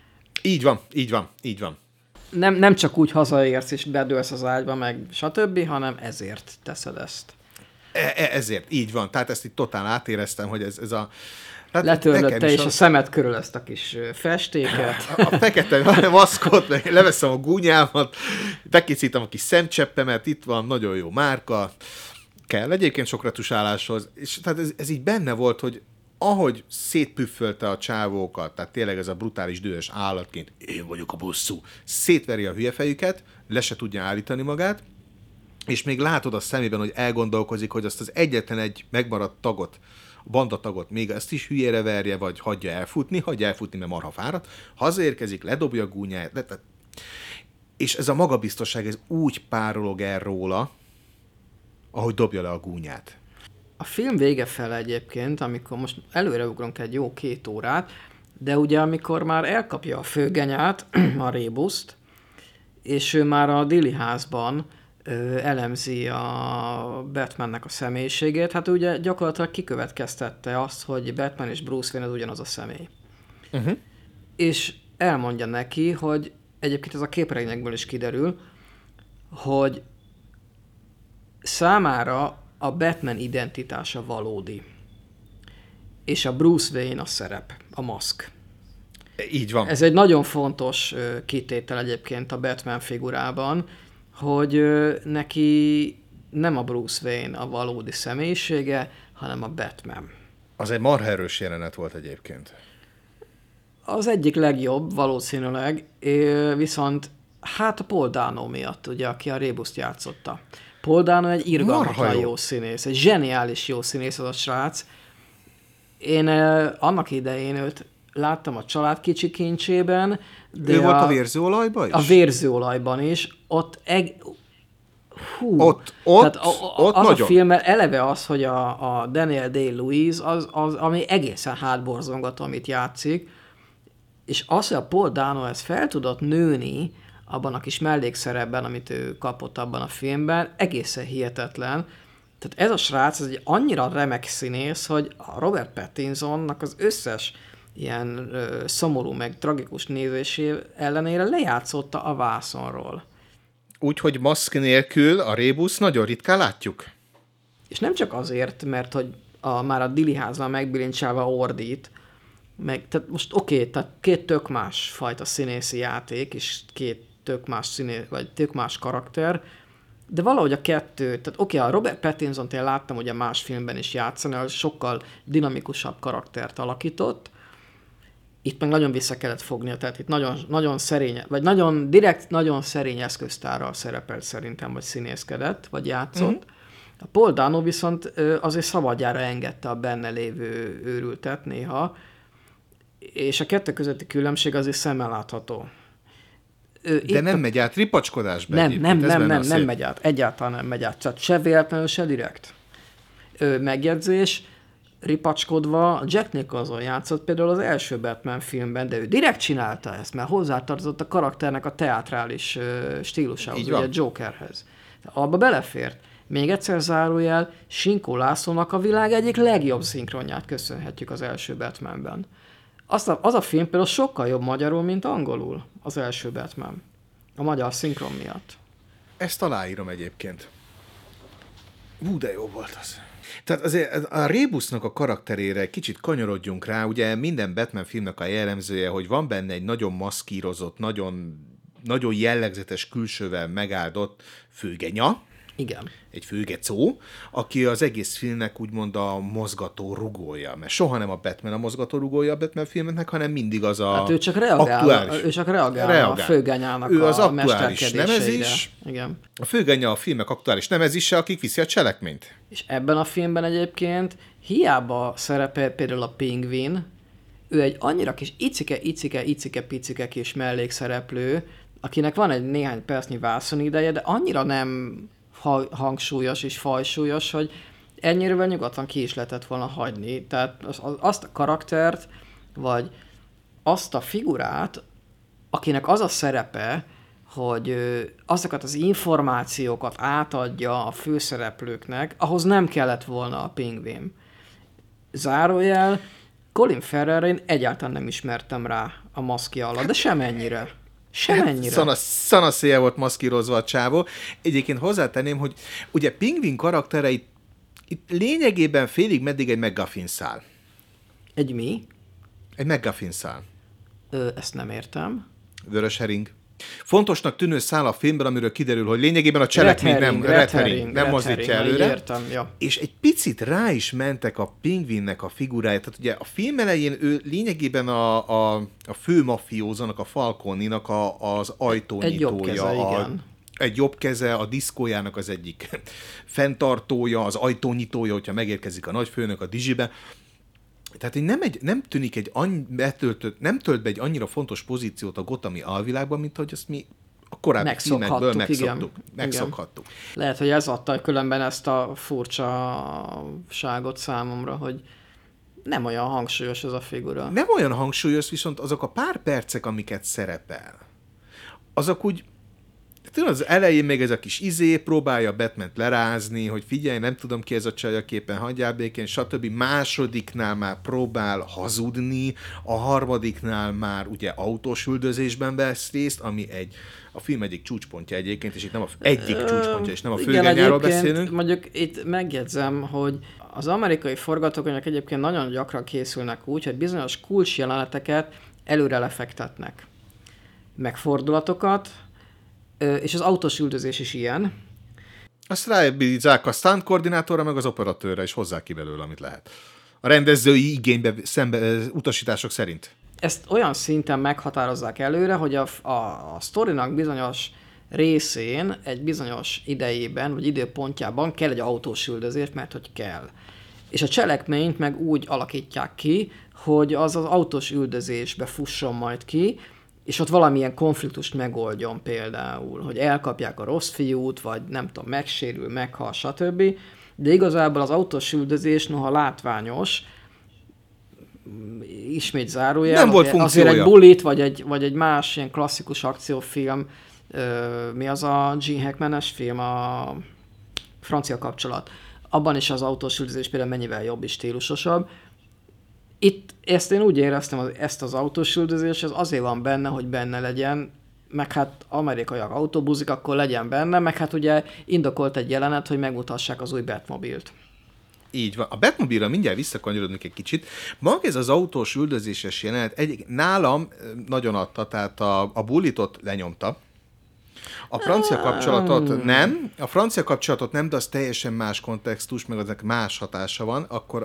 Így van. Nem csak úgy hazaérsz és bedőlsz az ágyba, meg stb., hanem ezért teszed ezt. Ezért, így van. Tehát ezt itt totál átéreztem, hogy ez a... Hát letörlöd te és a szemed körül ezt a kis festéket. A fekete maszkot, leveszem a gúnyámat, bekészítem a kis szemcseppemet, itt van, nagyon jó márka, kell egyébként sok retusáláshoz, és tehát ez így benne volt, hogy ahogy szétpüffölte a csávókat, tehát tényleg ez a brutális dühös állatként, én vagyok a bosszú, szétveri a hülyefejüket, le se tudja állítani magát, és még látod a szemében, hogy elgondolkozik, hogy azt az egyetlen egy megmaradt tagot, bandatagot, még ezt is hülyére verje, vagy hagyja elfutni, mert marha fáradt, hazaérkezik, ledobja a gúnyáját, és ez a magabiztosság, ez úgy párolog el róla, ahogy dobja le a gúnyát. A film vége fele egyébként, amikor most előreugrunk egy jó 2 órát, de ugye amikor már elkapja a főgenyát, a rébuszt, és ő már a Dili házban elemzi a Batmannek a személyiségét, hát ugye gyakorlatilag kikövetkeztette azt, hogy Batman és Bruce Wayne az ugyanaz a személy. Uh-huh. És elmondja neki, hogy egyébként ez a képregényekből is kiderül, hogy számára a Batman identitása valódi. és a Bruce Wayne a szerep, a maszk. Így van. Ez egy nagyon fontos kitétel egyébként a Batman figurában, hogy neki nem a Bruce Wayne a valódi személyisége, hanem a Batman. Az egy marha erős jelenet volt egyébként. Az egyik legjobb valószínűleg, viszont hát a Paul Dano miatt, ugye, aki a Rébuszt játszotta. Paul Dano egy irgalmatlan jó színész, egy zseniális jó színész az a srác. Én annak idején őt láttam a Család kicsi kincsében. De ő volt a Vérzőolajban is? A Vérzőolajban is. Ott ott az nagyon. A film eleve az, hogy a Daniel Day-Lewis az, ami egészen hátborzongató, amit játszik, és az, hogy a Paul Dano ezt fel tudott nőni abban a kis mellékszerepben, amit ő kapott abban a filmben, egészen hihetetlen. Tehát ez a srác, ez egy annyira remek színész, hogy a Robert Pattinsonnak az összes ilyen szomorú, meg tragikus nézésé ellenére lejátszotta a vászonról. Úgyhogy maszk nélkül a Rébus nagyon ritkán látjuk. És nem csak azért, mert hogy már a Dili házban megbilincselve ordít, tehát most tehát két tök más fajta színészi játék, és két tök más színész, vagy tök más karakter, de valahogy a kettő, tehát a Robert Pattinsont én láttam ugye más filmben is játszani, az sokkal dinamikusabb karaktert alakított, itt meg nagyon vissza kellett fognia, tehát itt nagyon szerény, vagy nagyon szerény eszköztárral szerepelt szerintem, vagy színészkedett, vagy játszott. A Paul Dano viszont azért szabadjára engedte a benne lévő őrültet néha, és a kettő közötti különbség azért szemmel látható. De nem megy át ripacskodásba. Nem megy át, egyáltalán nem megy át, tehát se véletlenül, se direkt. Megjegyzés, ripacskodva, Jack Nicholson játszott például az első Batman filmben, de ő direkt csinálta ezt, mert hozzátartozott a karakternek a teátrális stílusához, ugye a Jokerhez. Abba belefért. Még egyszer zárójel, Sinkó Lászlónak a világ egyik legjobb szinkronját köszönhetjük az első Batmanben. Az a film például sokkal jobb magyarul, mint angolul, az első Batman. A magyar szinkron miatt. Ezt aláírom egyébként. De jó volt az. Tehát azért a Rébusnak a karakterére kicsit kanyarodjunk rá, ugye minden Batman filmnek a jellemzője, hogy van benne egy nagyon maszkírozott, nagyon jellegzetes külsővel megáldott főgenya, igen. Egy főgecó, aki az egész filmnek úgymond a mozgató rugója, mert soha nem a Batman a mozgató rugója a Batman filmeknek, hanem mindig az a ő csak reagál a főgenyának ő az a aktuális nemezis. Igen. A főgenya a filmek aktuális nemezise, akik viszi a cselekményt. És ebben a filmben egyébként hiába szerepel például a Pingvin, ő egy annyira kis icike-picike kis mellékszereplő, akinek van egy néhány percnyi vászonideje, de annyira nem hangsúlyos és fajsúlyos, hogy ennyire nyugodtan ki is lehetett volna hagyni. Tehát azt a karaktert, vagy azt a figurát, akinek az a szerepe, hogy azokat az információkat átadja a főszereplőknek, ahhoz nem kellett volna a Pingvin. Zárójel, Colin Farrell én egyáltalán nem ismertem rá a maszkja alatt, de semennyire. Szanaszéje volt maszkírozva a csávó. Egyébként hozzátenném, hogy ugye Pingvin karakterei itt lényegében félig meddig egy McGuffin szál. Egy mi? Egy McGuffin szál. Ezt nem értem. Vörös hering. Fontosnak tűnő szál a filmben, amiről kiderül, hogy lényegében a cselekmény nem mozdítja előre. Értem, ja. És egy picit rá is mentek a Pingvinnek a figuráját. Tehát ugye a film elején ő lényegében a fő mafiózónak, a Falconinak az ajtónyitója. Egy jobb keze, igen. Egy jobb keze, a diszkójának az egyik fenntartója, az ajtónyitója, hogyha megérkezik a nagyfőnök a Dizsibe. Tehát nem tölt be egy annyira fontos pozíciót a gothami alvilágban, mint hogy ezt mi a korábbi filmekből megszokhattuk. Lehet, hogy ez adta különben ezt a furcsaságot számomra, hogy nem olyan hangsúlyos ez a figura. Nem olyan hangsúlyos, viszont azok a pár percek, amiket szerepel, azok úgy Tudod, az elején még ez a kis próbálja Batman-t lerázni, hogy figyelj, nem tudom ki ez a csaj a képen, hagyjál békén, stb. Másodiknál már próbál hazudni, a harmadiknál már ugye autós üldözésben vesz részt, ami a film egyik csúcspontja egyébként, és itt nem egyik csúcspontja, és nem a főgányáról beszélünk. Mondjuk itt megjegyzem, hogy az amerikai forgatókönyvek egyébként nagyon gyakran készülnek úgy, hogy bizonyos kulcsjeleneteket előre lefektetnek. Megfordulatokat, és az autós üldözés is ilyen. Azt rábízzák a stunt koordinátorra, meg az operatőrre, és hozzák ki belőle, amit lehet. A rendezői igénybe utasítások szerint. Ezt olyan szinten meghatározzák előre, hogy a sztorinak bizonyos részén, egy bizonyos idejében, vagy időpontjában kell egy autós üldözés, mert hogy kell. És a cselekményt meg úgy alakítják ki, hogy az autós üldözésbe fusson majd ki, és ott valamilyen konfliktust megoldjon például, hogy elkapják a rossz fiút, vagy nem tudom, megsérül, meghal, stb. De igazából az autós üldözés, noha látványos, ismét zárójel, nem volt funkciója. Azért egy Bullitt, vagy egy más ilyen klasszikus akciófilm, mi az a Gene Hackman-es film, a Francia kapcsolat. Abban is az autós üldözés például mennyivel jobb és stílusosabb. Itt ezt én úgy éreztem, ezt az autós üldözés, ez azért van benne, hogy benne legyen, meg hát amerikaiak autóbuzik, akkor legyen benne, meg hát ugye indokolt egy jelenet, hogy megmutassák az új Batmobilt. Így van. A Batmobile-ra mindjárt visszakanyarodunk egy kicsit. Maga ez az autós üldözéses jelenet nálam nagyon adta, tehát a Bullitot lenyomta. A francia kapcsolatot nem, de az teljesen más kontextus, meg aznak más hatása van, akkor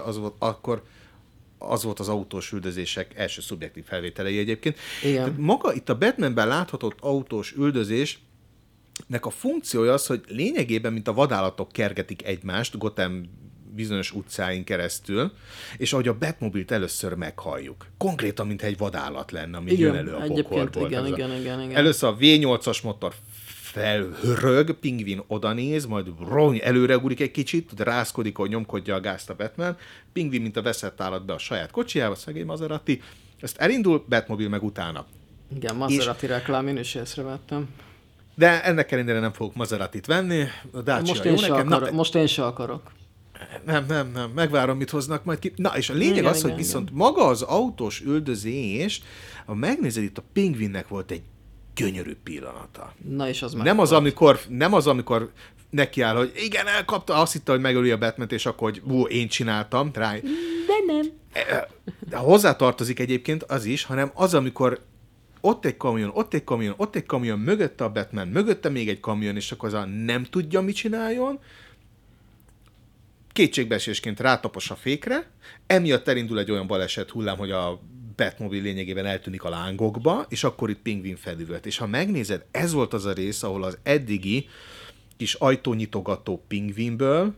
az volt az autós üldözések első szubjektív felvételei egyébként. Tehát maga itt a Batmanben látható autós üldözésnek a funkciója az, hogy lényegében, mint a vadállatok kergetik egymást Gotham bizonyos utcáin keresztül, és ahogy a Batmobilt először meghalljuk. Konkrétan, mintha egy vadállat lenne, ami jön elő a pokolból. Igen. Először a V8-as motor felhörög, Pingvin odanéz, majd előre ugrik egy kicsit, rászkodik, hogy nyomkodja a gázt a Batman, Pingvin, mint a veszett állat be a saját kocsijába, szegény Maserati, ezt elindul, Batmobil meg utána. Igen, Maserati reklám, én is észrevettem. De ennek ellenére nem fogok Maseratit venni. A Dacia most én se akarok. Nem, megvárom, mit hoznak majd ki. Na, és a lényeg az, hogy viszont maga az autós üldözés, ha megnézed, itt a Pingvinnek volt egy gyönyörű pillanata. Na és az nem az, amikor nekiáll, hogy igen, elkapta, azt hitte, hogy megöli a Batman-t, és akkor, hogy én csináltam. De nem. De hozzátartozik egyébként az is, hanem az, amikor ott egy kamion, mögötte a Batman, mögötte még egy kamion, és akkor az nem tudja, mit csináljon, kétségbeesésként rátapos a fékre, emiatt elindul egy olyan baleset hullám, hogy a Batmobil lényegében eltűnik a lángokba, és akkor itt Pingvin felüvölt. És ha megnézed, ez volt az a rész, ahol az eddigi kis ajtónyitogató Pingvinből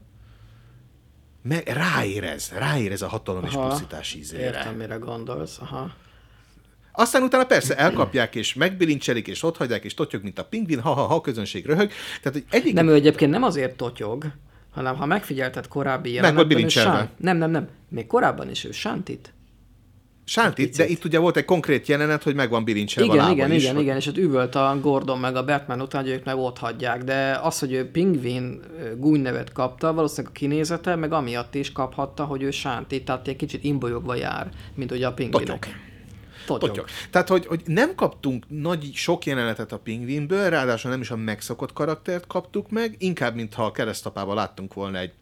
ráérez a hatalom és pusztítás ízére. Értem, mire gondolsz. Aha. Aztán utána persze elkapják, és megbilincselik, és otthagyják, és totyog, mint a Pingvin, ha közönség röhög. Tehát, hogy nem, ő egyébként nem azért totyog, hanem ha megfigyelted korábbi jelenetben, nem. Még korábban is ő sántit. Sántit, de itt ugye volt egy konkrét jelenet, hogy meg van bilincselve a lába is. Igen, és ott üvölt a Gordon meg a Batman után, hogy ők meg ott hagyják, de az, hogy ő Pingvin gúnynevet kapta, valószínűleg a kinézete, meg amiatt is kaphatta, hogy ő sántit, tehát egy kicsit imbolyogva jár, mint ugye a pingvinok. Totyog. Tehát, hogy nem kaptunk sok jelenetet a Pingvinből, ráadásul nem is a megszokott karaktert kaptuk meg, inkább, mintha a keresztapában láttunk volna egy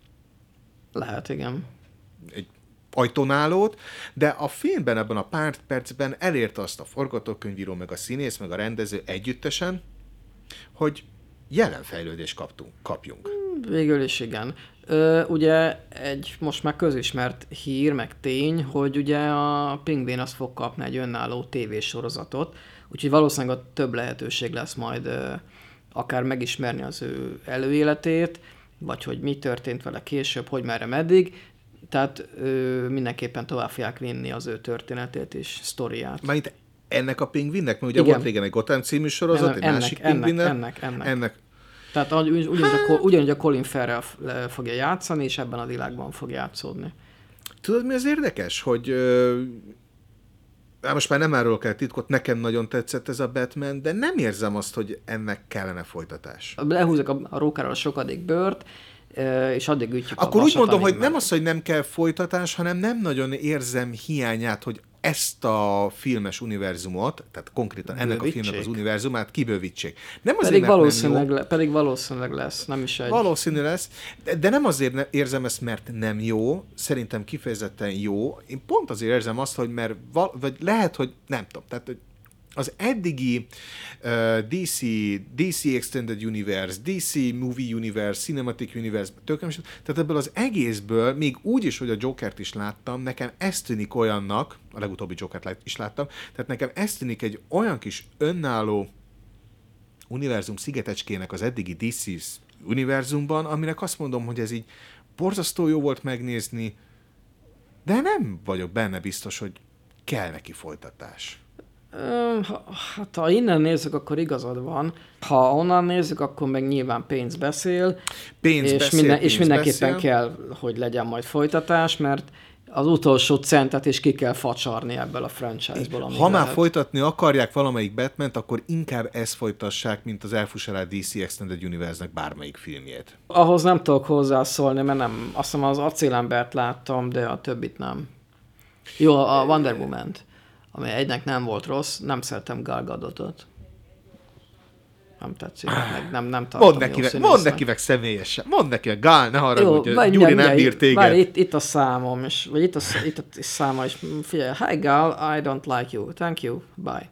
ajtónálót, de a filmben ebben a pár percben elérte azt a forgatókönyvíró, meg a színész, meg a rendező együttesen, hogy jelenfejlődést kapjunk. Végül is igen. Ugye egy most már közismert hír, meg tény, hogy ugye a Pingvin az fog kapni egy önálló tévésorozatot, úgyhogy valószínűleg ott több lehetőség lesz majd akár megismerni az ő előéletét, vagy hogy mi történt vele később, hogy merre meddig, tehát mindenképpen tovább fogják vinni az ő történetét és sztoriát. Mármint ennek a Pingvinnek? Mert ugye volt régen egy Gotham című sorozat, egy másik Pingvinnek. Ennek. Tehát ugyanúgy a Colin Farrell fogja játszani, és ebben a világban fog játszódni. Tudod, mi az érdekes? Hogy most már nem árulok el titkot, nekem nagyon tetszett ez a Batman, de nem érzem azt, hogy ennek kellene folytatás. Lehúzzak a rókáról a sokadik bőrt, és addig ütjük akkor a úgy mondom, vasat, hogy nem az, hogy nem kell folytatás, hanem nem nagyon érzem hiányát, hogy ezt a filmes univerzumot, tehát konkrétan ennek a filmnek az univerzumát kibővítsék. Nem azért, pedig valószínűleg lesz, nem is egy... Valószínű lesz, de nem azért érzem ezt, mert nem jó, szerintem kifejezetten jó. Én pont azért érzem azt, hogy vagy lehet, hogy nem tudom, tehát hogy az eddigi DC Extended Universe, DC Movie Universe, Cinematic Universe, tehát ebből az egészből, még úgy is, hogy a Jokert is láttam, nekem ez tűnik olyannak, a legutóbbi Jokert is láttam, tehát nekem ez tűnik egy olyan kis önálló univerzum szigetecskének az eddigi DC univerzumban, aminek azt mondom, hogy ez így borzasztó jó volt megnézni, de nem vagyok benne biztos, hogy kell neki folytatás. Hát ha innen nézzük, akkor igazad van. Ha onnan nézzük, akkor meg nyilván pénz beszél. És mindenképpen kell, hogy legyen majd folytatás, mert az utolsó centet is ki kell facsarni ebből a franchise-ból. Ha már folytatni akarják valamelyik Batman-t, akkor inkább ezt folytassák, mint az elfussalá DC Extended Universe-nek bármelyik filmjét. Ahhoz nem tudok hozzászólni, mert nem, azt hiszem az Acélembert láttam, de a többit nem. Jó, a Wonder Woman-t, ami egynek nem volt rossz, nem szeretem Gal Gadotot. Nem tetszik, meg nem tartom mondd neki meg személyesen. Mondd neki meg, Gál, ne haragudj, Gyuri nem bír téged. Várj, itt a számom, vagy itt a száma, és figyelj, hi Gál, I don't like you, thank you, bye.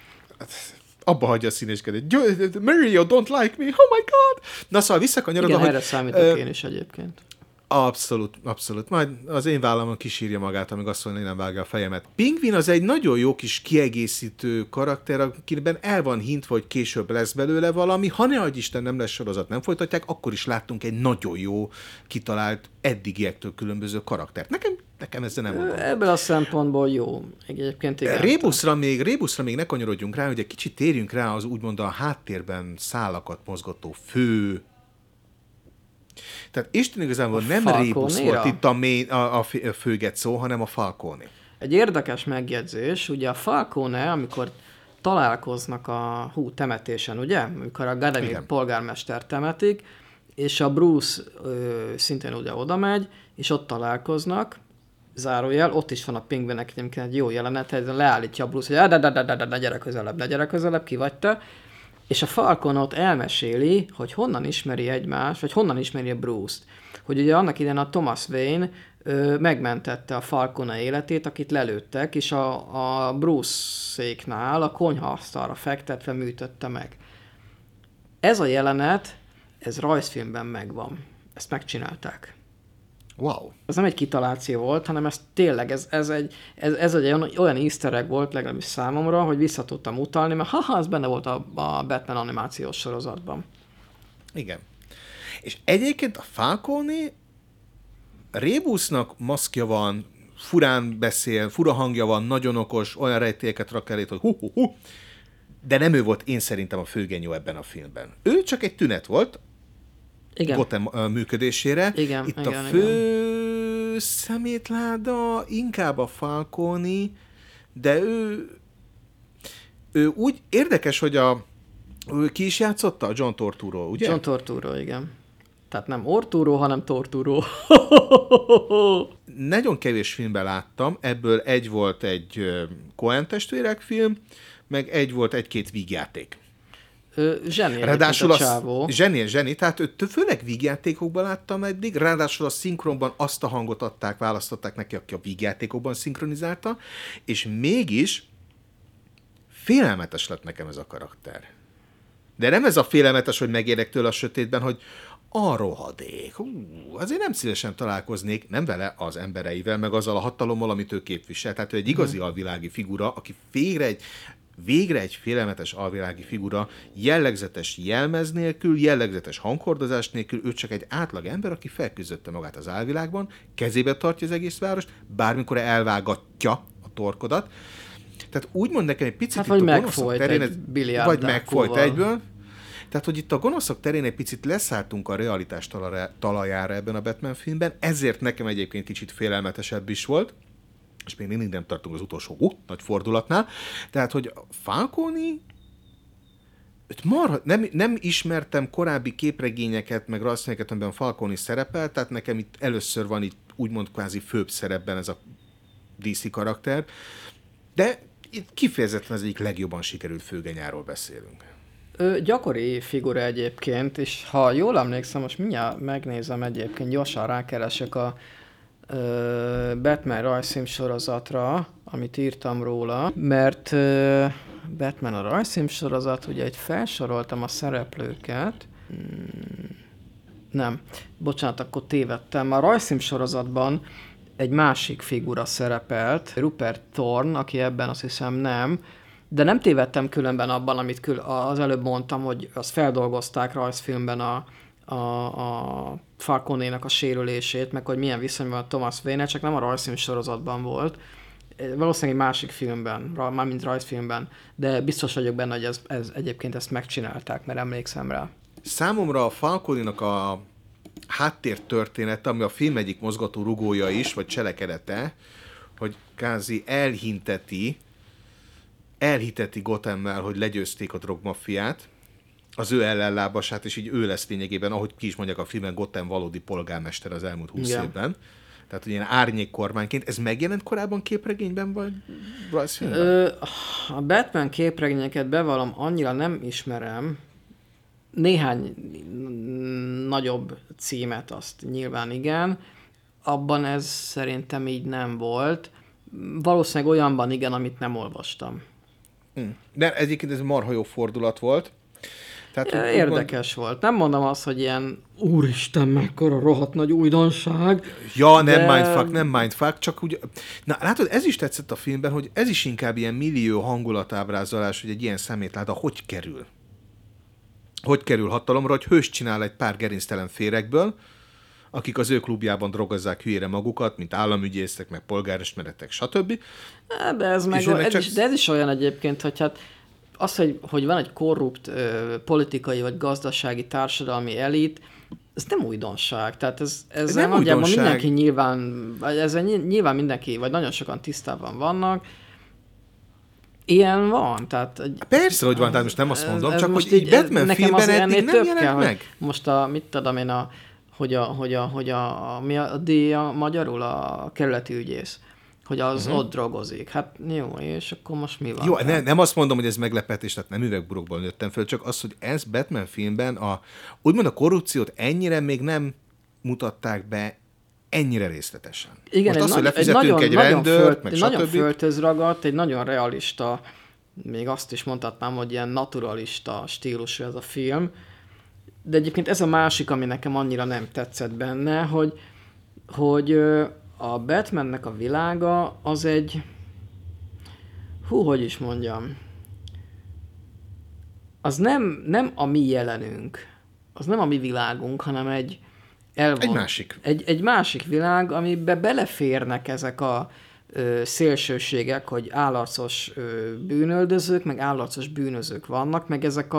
Abba hagyja a színeskedést. Mario, don't like me, oh my god! Na szóval visszakanyarodva, igen, erre számítok én is egyébként. Abszolút. Majd az én vállamon kisírja magát, amíg azt mondja, hogy nem vágja a fejemet. Pingvin az egy nagyon jó kis kiegészítő karakter, akiben el van hintva, hogy később lesz belőle valami. Ha ne adj Isten, nem lesz sorozat, nem folytatják, akkor is láttunk egy nagyon jó, kitalált, eddigiektől különböző karaktert. Nekem ezzel nem mondom. Ebből a szempontból jó. Egyébként igen. Rébusra még ne kanyarodjunk rá, hogy egy kicsit térjünk rá az úgymond a háttérben szálakat mozgató fő. Tehát Isten igazából nem Rébus volt itt a főget szó, hanem a Falcone. Egy érdekes megjegyzés, ugye a Falcone, amikor találkoznak a temetésen, ugye? Amikor a Gotham polgármester temetik, és a Bruce szintén ugye oda megy, és ott találkoznak, zárójel, ott is van a Pingvinnek egy jó jelenet, leállítja a Bruce, hogy ne gyere közelebb, ki vagy te, és a Falcon ott elmeséli, hogy honnan ismeri egymást, vagy honnan ismeri a Bruce-t. Hogy ugye annak idején a Thomas Wayne megmentette a Falcone életét, akit lelőttek, és a Bruce-széknál a konyhaasztalra fektetve műtötte meg. Ez a jelenet, ez rajzfilmben megvan. Ezt megcsinálták. Wow. Ez nem egy kitaláció volt, hanem ez tényleg, ez egy olyan easter egg volt, legalábbis számomra, hogy vissza tudtam utalni, mert ez benne volt a Batman animációs sorozatban. Igen. És egyébként a Falcone Rébusnak maszkja van, furán beszél, fura hangja van, nagyon okos, olyan rejtélyeket rak elét, hogy hu. De nem ő volt én szerintem a főgenyó ebben a filmben. Ő csak egy tünet volt, igen. Gotham működésére. Igen, itt a fő szemétláda inkább a Falcone, de ő úgy érdekes, hogy ki is játszotta? A John Turturro, ugye? John Turturro, igen. Tehát nem Orturo, hanem Torturo. Nagyon kevés filmben láttam, ebből egy volt egy Coen testvérek film, meg egy volt egy-két vígjáték. Zseni, ráadásul zseni, tehát őt főleg vígjátékokban láttam eddig, ráadásul a szinkronban azt a hangot választották neki, aki a vígjátékokban szinkronizálta, és mégis félelmetes lett nekem ez a karakter. De nem ez a félelmetes, hogy megérek tőle a sötétben, hogy a rohadék, azért nem szívesen találkoznék, nem vele, az embereivel, meg azzal a hatalommal, amit ő képvisel. Tehát ő egy igazi alvilági figura, aki végre egy félelmetes alvilági figura, jellegzetes jelmez nélkül, jellegzetes hanghordozás nélkül, ő csak egy átlag ember, aki felküzdötte magát az álvilágban, kezébe tartja az egész várost, bármikor elvágatja a torkodat. Tehát úgymond nekem egy picit itt a gonoszok terén, vagy megfolyt egyből. Tehát, hogy itt a gonoszok terén egy picit leszálltunk a realitás talajára ebben a Batman filmben, ezért nekem egyébként kicsit félelmetesebb is volt. és még mindig nem tartunk az utolsó nagy fordulatnál. Tehát, hogy Falcone, nem ismertem korábbi képregényeket, meg rajzfilmeket, amiben Falcone szerepel, tehát nekem itt először van itt úgymond kvázi főbb szerepben ez a DC karakter, de itt kifejezetten az egyik legjobban sikerült főgenyáról beszélünk. Gyakori figura egyébként, és ha jól emlékszem, most mindjárt megnézem egyébként, gyorsan rákeresek a Batman rajzfilm sorozatra, amit írtam róla, mert Batman a rajzfilm sorozat, ugye itt felsoroltam a szereplőket. Nem, bocsánat, akkor tévedtem. A rajzfilm sorozatban egy másik figura szerepelt, Rupert Thorne, aki ebben azt hiszem nem, de nem tévedtem különben abban, amit az előbb mondtam, hogy azt feldolgozták rajzfilmben a Falcone-nak a sérülését, meg hogy milyen viszonyban a Thomas Wayne, csak nem a rajzfilm sorozatban volt. Valószínűleg egy másik filmben, mármint rajzfilmben, de biztos vagyok benne, hogy ez egyébként ezt megcsinálták, mert emlékszem rá. Számomra a Falcone-nak a háttértörténete, ami a film egyik mozgató rugója is, vagy cselekedete, hogy kázi elhiteti Gotham-mel, hogy legyőzték a drogmaffiát, az ő ellenlábasát, és így ő lesz lényegében, ahogy ki is mondják a filmben, Gotham valódi polgármester az elmúlt 20 évben. Tehát, hogy ilyen árnyékkormányként. Ez megjelent korábban képregényben, vagy rajzfilmben? A Batman képregényeket bevallom, annyira nem ismerem. Néhány nagyobb címet azt nyilván igen. Abban ez szerintem így nem volt. Valószínűleg olyanban igen, amit nem olvastam. De egyébként ez marha jó fordulat volt. Tehát, érdekes volt. Nem mondom azt, hogy ilyen úristen, mekkora rohadt nagy újdonság. Ja, nem mindfuck, csak úgy... Na, látod, ez is tetszett a filmben, hogy ez is inkább ilyen millió hangulatábrázolás, hogy egy ilyen szemétláda hogy kerül. Hogy kerül hatalomra, hogy hős csinál egy pár gerinctelen féregből, akik az ő klubjában drogozzák hülyére magukat, mint államügyészek, meg polgárismeretek, stb. De ez is olyan egyébként, hogy hát az, hogy van egy korrupt politikai vagy gazdasági társadalmi elit, ez nem újdonság. Tehát ez nem újdonság. Mindenki nyilván mindenki, vagy nagyon sokan tisztában vannak. Ilyen van. Tehát, persze, hogy van, tehát most nem azt mondom, csak hogy így Batman filmben eddig nem jelent meg. Most mit tudom én, mi a díja magyarul, a kerületi ügyész, hogy az ott drogozik. Hát jó, és akkor most mi van? Jó, nem azt mondom, hogy ez meglepetés, tehát nem üvegburokból nőttem föl, csak az, hogy ez Batman filmben úgymond a korrupciót ennyire még nem mutatták be ennyire részletesen. Igen, most az, hogy lefizetünk egy rendőrt, meg nagyon földhöz ragadt, egy nagyon realista, még azt is mondhatnám, hogy ilyen naturalista stílusú ez a film, de egyébként ez a másik, ami nekem annyira nem tetszett benne, hogy a Batmannek a világa az egy, hogy is mondjam, az nem a mi jelenünk, az nem a mi világunk, hanem egy másik. Egy másik világ, amiben beleférnek ezek a szélsőségek, hogy állarcos bűnöldözők, meg állarcos bűnözők vannak, meg ezek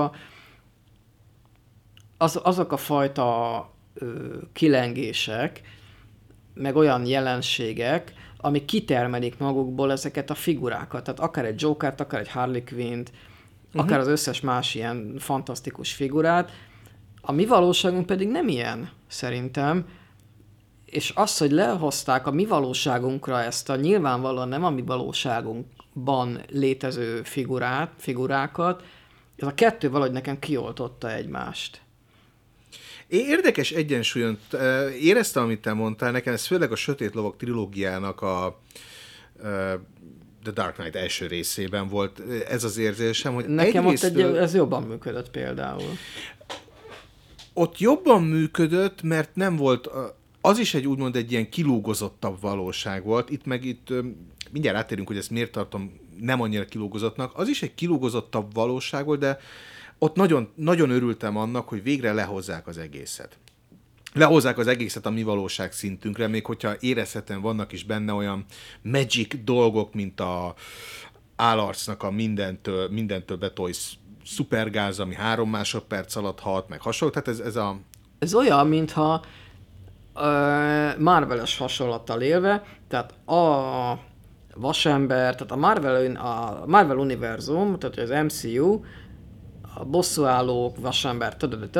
azok a fajta kilengések, meg olyan jelenségek, amik kitermelik magukból ezeket a figurákat. Tehát akár egy Jokert, akár egy Harley Quinn-t, akár az összes más ilyen fantasztikus figurát. A mi valóságunk pedig nem ilyen, szerintem. És az, hogy lehozták a mi valóságunkra ezt a nyilvánvalóan nem a mi valóságunkban létező figurákat, ez a kettő valahogy nekem kioltotta egymást. Érdekes egyensúlyon éreztem, amit te mondtál, nekem ez főleg a Sötét Lovak trilógiának a The Dark Knight első részében volt ez az érzésem, hogy nekem ott ez jobban működött például. Ott jobban működött, mert nem volt, az is úgymond egy ilyen kilúgozottabb valóság volt, itt mindjárt átérünk, hogy ezt miért tartom nem annyira kilúgozottnak, az is egy kilúgozottabb valóság volt, de ott nagyon, nagyon örültem annak, hogy végre lehozzák az egészet. Lehozzák az egészet a mi valóság szintünkre, még hogyha érezhetően vannak is benne olyan magic dolgok, mint a állarcnak a mindentől betolj szupergáz, ami 3 másodperc alatt halt, meg hasonló. Tehát ez olyan, mintha Marvel-es hasonlattal élve, tehát Vasember, tehát a Marvel univerzum, tehát az MCU, a bosszúállók, Vasember,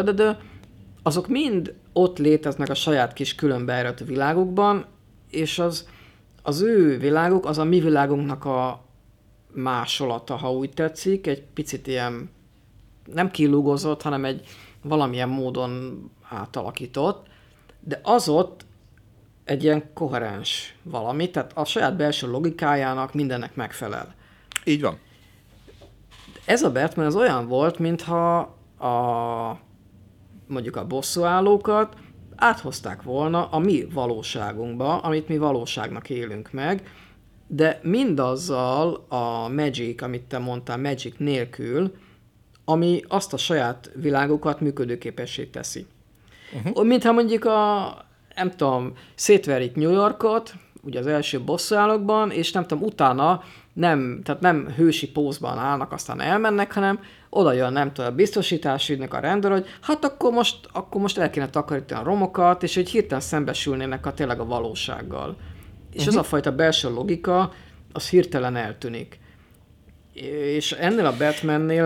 azok mind ott léteznek a saját kis külön bejáratú világukban, és az ő világuk, az a mi világunknak a másolata, ha úgy tetszik, egy picit ilyen nem kilúgozott, hanem egy valamilyen módon átalakított, de az ott egy ilyen koherens valami, tehát a saját belső logikájának mindennek megfelel. Így van. Ez a Batman az olyan volt, mintha mondjuk a bosszúállókat áthozták volna a mi valóságunkba, amit mi valóságnak élünk meg, de mindazzal a magic, amit te mondtál, magic nélkül, ami azt a saját világokat működőképessé teszi. Mintha mondjuk nem tudom, szétverik New Yorkot, ugye az első bosszúállókban, és nem tudom, utána tehát nem hősi pózban állnak, aztán elmennek, hanem oda jön, nem tudom, a biztosítási ügynek a rendőr, hogy hát akkor most el kéne takarítani a romokat, és hogy hirtelen szembesülnének tényleg a valósággal. És ez a fajta belső logika, az hirtelen eltűnik. És ennél a Batmannél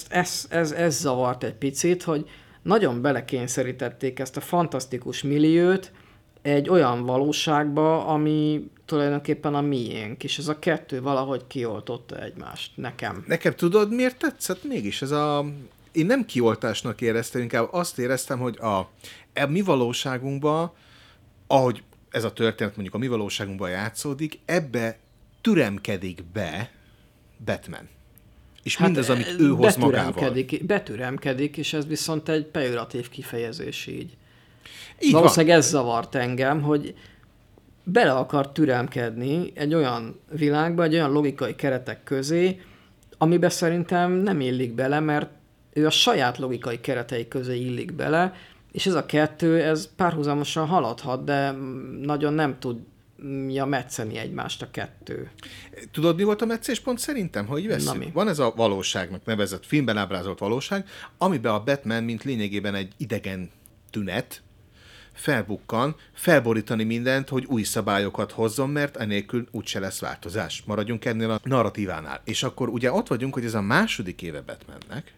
ez zavart egy picit, hogy nagyon belekényszerítették ezt a fantasztikus milliót egy olyan valóságba, ami tulajdonképpen a miénk, és ez a kettő valahogy kioltotta egymást nekem. Nekem tudod, miért tetszett mégis? Én nem kioltásnak éreztem, inkább azt éreztem, hogy a mi valóságunkban, ahogy ez a történet mondjuk a mi valóságunkban játszódik, ebbe türemkedik be Batman. És mindaz, amit ő hoz magával. Betüremkedik, és ez viszont egy pejoratív kifejezés így. Így valószínűleg ez zavart engem, hogy bele akar türemkedni egy olyan világba, egy olyan logikai keretek közé, amiben szerintem nem illik bele, mert ő a saját logikai keretei közé illik bele, és ez a kettő, ez párhuzamosan haladhat, de nagyon nem tudja metszeni egymást a kettő. Tudod, mi volt a meccéspont szerintem, ha így veszünk? Van ez a valóságnak nevezett, filmben ábrázolt valóság, amiben a Batman, mint lényegében egy idegen tünet, felbukkan, felborítani mindent, hogy új szabályokat hozzon, mert enélkül úgyse lesz változás. Maradjunk ennél a narratívánál. És akkor ugye ott vagyunk, hogy ez a második éve Batmannek,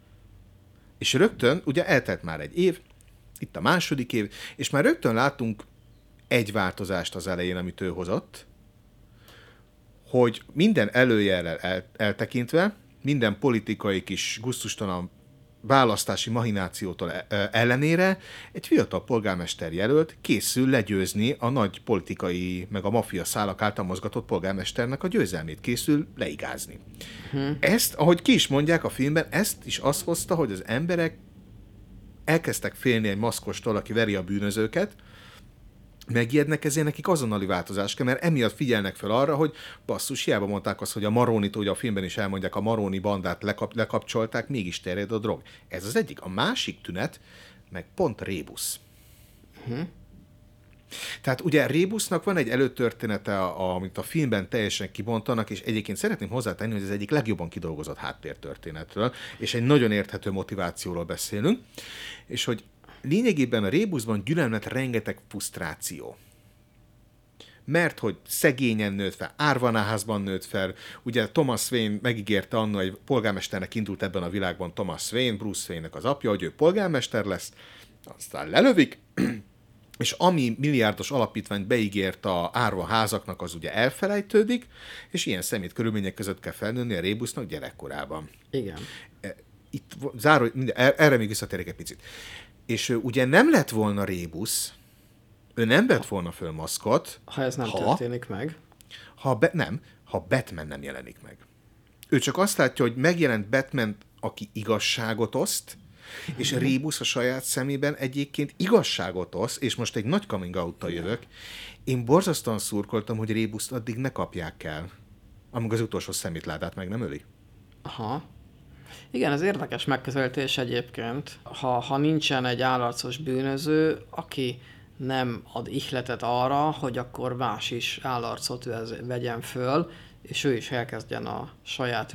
és rögtön, ugye eltelt már egy év, itt a második év, és már rögtön látunk egy változást az elején, amit ő hozott, hogy minden előjellel eltekintve, minden politikai kis gusztustalan választási mahinációtól ellenére egy fiatal polgármester jelölt készül legyőzni a nagy politikai, meg a maffia szálak által mozgatott polgármesternek a győzelmét, készül leigázni. Ezt, ahogy ki is mondják a filmben, ezt is azt hozta, hogy az emberek elkezdtek félni egy maszkostól, aki veri a bűnözőket, megijednek, ezért nekik azonnali változás kell, mert emiatt figyelnek fel arra, hogy basszus, hiába mondták azt, hogy a Maronit, ugye a filmben is elmondják, a Maroni bandát lekapcsolták, mégis terjed a drog. Ez az egyik. A másik tünet, meg pont Rébus. Tehát ugye Rébusnak van egy előtörténete, amit a filmben teljesen kibontanak, és egyébként szeretném hozzátenni, hogy ez egyik legjobban kidolgozott háttértörténetről, és egy nagyon érthető motivációról beszélünk, és hogy lényegében a Rébusban gyűlöm lett rengeteg frusztráció. Mert hogy szegényen nőtt fel, árvanaházban nőtt fel, ugye Thomas Wayne megígérte anno, egy polgármesternek indult ebben a világban Thomas Wayne, Bruce Wayne-nek az apja, hogy ő polgármester lesz, aztán lelövik, és ami milliárdos alapítványt beígért a árva házaknak, az ugye elfelejtődik, és ilyen szemét körülmények között kell felnőni a Rébusnak gyerekkorában. Igen. Itt erre még visszatérek egy picit. És ugye nem lett volna Rébus, ő nem vett volna föl maszkot. Ha ez nem történik meg. Ha Batman nem jelenik meg. Ő csak azt látja, hogy megjelent Batman, aki igazságot oszt, és Rébus a saját szemében egyébként igazságot oszt, és most egy nagy coming out-tal jövök. Én borzasztóan szurkoltam, hogy Rébuszt addig ne kapják el, amíg az utolsó szemétládát meg nem öli. Aha. Igen, ez érdekes megközelítés egyébként. Ha nincsen egy állarcos bűnöző, aki nem ad ihletet arra, hogy akkor más is állarcot vegyen föl, és ő is elkezdjen a saját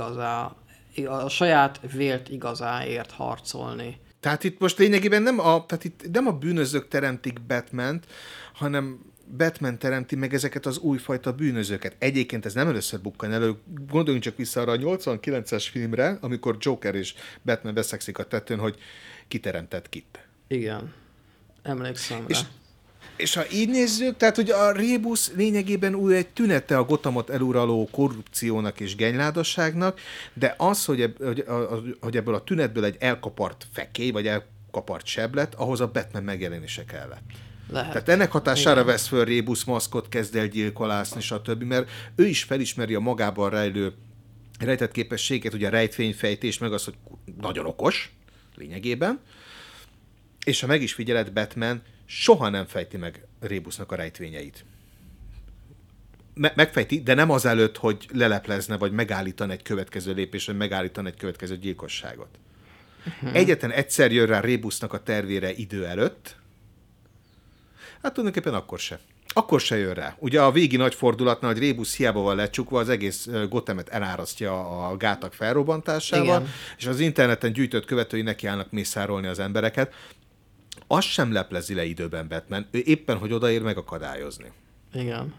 vélt igazáért harcolni. Tehát itt most lényegében nem a bűnözők teremtik Batmant, hanem Batman teremti meg ezeket az újfajta bűnözőket. Egyébként ez nem először bukkan elő. Gondoljunk csak vissza arra a 89-es filmre, amikor Joker és Batman veszekszik a tetőn, hogy ki teremtett kit. Igen. Emlékszem rá. És ha így nézzük, tehát, hogy a Rébus lényegében úgy egy tünete a Gothamot eluraló korrupciónak és genyládosságnak, de az, hogy ebből a tünetből egy elkapart fekély, vagy elkapart seb lett, ahhoz a Batman megjelenése kellett. Lehet. Tehát ennek hatására vesz föl Rébus maszkot, kezd el gyilkolászni, stb., mert ő is felismeri a magában rejlő rejtett képességet, ugye a rejtvényfejtés, meg az, hogy nagyon okos lényegében, és ha meg is figyeled, Batman soha nem fejti meg Rébusnak a rejtvényeit. Megfejti, de nem azelőtt, hogy leleplezne, vagy megállítani egy következő lépést, vagy megállítani egy következő gyilkosságot. Egyetlen egyszer jön rá Rébusnak a tervére idő előtt, hát tulajdonképpen akkor se jön rá. Ugye a végi nagy fordulatnál, hogy Rébus hiába van lecsukva, az egész Gothamet elárasztja a gátak felrobbantásával, igen. És az interneten gyűjtött követői nekiállnak mészárolni az embereket. Azt sem leplezi le időben Batman, ő éppen, hogy odaér megakadályozni. Igen.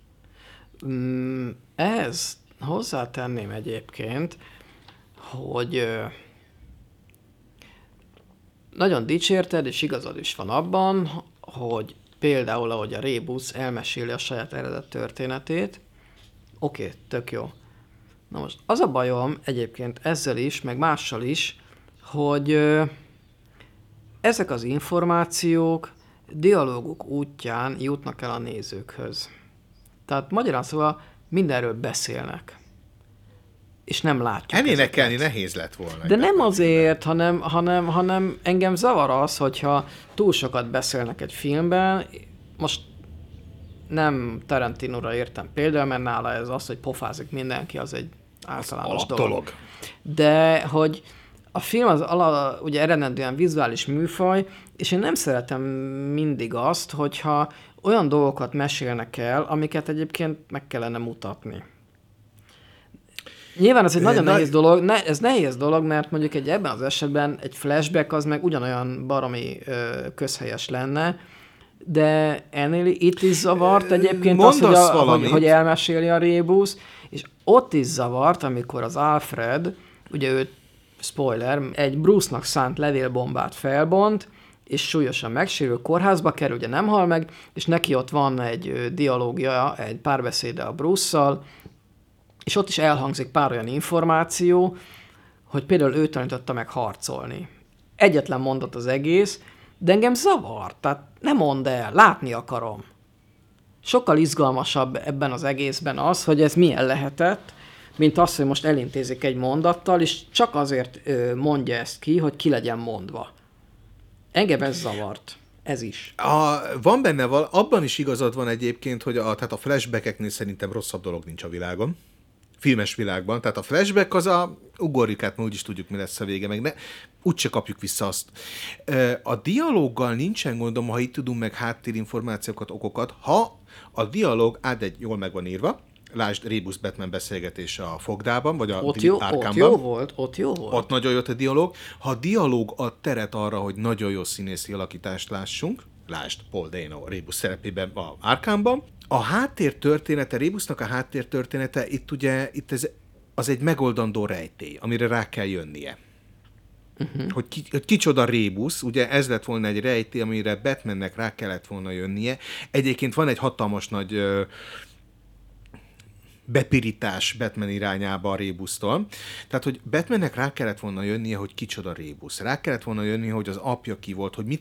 Ehhez hozzátenném egyébként, hogy nagyon dicsérted, és igazad is van abban, hogy például, ahogy a Rébus elmeséli a saját eredet történetét, oké, tök jó. Na most az a bajom egyébként ezzel is, meg mással is, hogy ezek az információk dialóguk útján jutnak el a nézőkhöz. Tehát magyarán szóval mindenről beszélnek. És nem látjuk. Elénekelni nehéz lett volna. De nem azért, hanem engem zavar az, hogyha túl sokat beszélnek egy filmben. Most nem Tarantinóra értem például, mert nála ez az, hogy pofázik mindenki, az egy általános dolog. De hogy a film az ugye eredendően vizuális műfaj, és én nem szeretem mindig azt, hogyha olyan dolgokat mesélnek el, amiket egyébként meg kellene mutatni. Nyilván ez egy nagyon nehéz dolog, ez nehéz dolog, mert mondjuk ebben az esetben egy flashback az meg ugyanolyan baromi közhelyes lenne, de ennél itt is zavart egyébként az, hogy elmeséli a Rébus, és ott is zavart, amikor az Alfred, ugye ő, spoiler, egy Bruce-nak szánt levélbombát felbont, és súlyosan megsérül, kórházba kerül, ugye nem hal meg, és neki ott van egy dialógia, egy párbeszéde a Bruce-szal, és ott is elhangzik pár olyan információ, hogy például ő tanította meg harcolni. Egyetlen mondat az egész, de engem zavar, tehát ne mondd el, látni akarom. Sokkal izgalmasabb ebben az egészben az, hogy ez milyen lehetett, mint az, hogy most elintézik egy mondattal, és csak azért mondja ezt ki, hogy ki legyen mondva. Engem ez zavart. Ez is. Van benne abban is igazad van egyébként, hogy tehát a flashbackeknél szerintem rosszabb dolog nincs a világon. Filmes világban. Tehát a flashback az ugorjuk át, úgyis tudjuk, mi lesz a vége, meg úgyse kapjuk vissza azt. A dialóggal nincsen gondom, ha itt tudunk meg háttérinformációkat, okokat, ha a dialóg jól meg van írva, lásd Rébus Batman beszélgetése a Fogdában, vagy a Arkhamban. Ott jó volt. Ott nagyon jött a dialóg. Ha a dialóg ad teret arra, hogy nagyon jó színészi alakítást lássunk, lásd Paul Dano Rébus szerepében a Arkhamban, a háttértörténete, Rébusnak a háttértörténete, itt az egy megoldandó rejtély, amire rá kell jönnie. Hogy kicsoda Rébus, ugye ez lett volna egy rejtély, amire Batmannek rá kellett volna jönnie. Egyébként van egy hatalmas nagy bepirítás Batman irányába a Rébusztól. Tehát, hogy Batmannek rá kellett volna jönnie, hogy kicsoda Rébus. Rá kellett volna jönnie, hogy az apja ki volt, hogy mi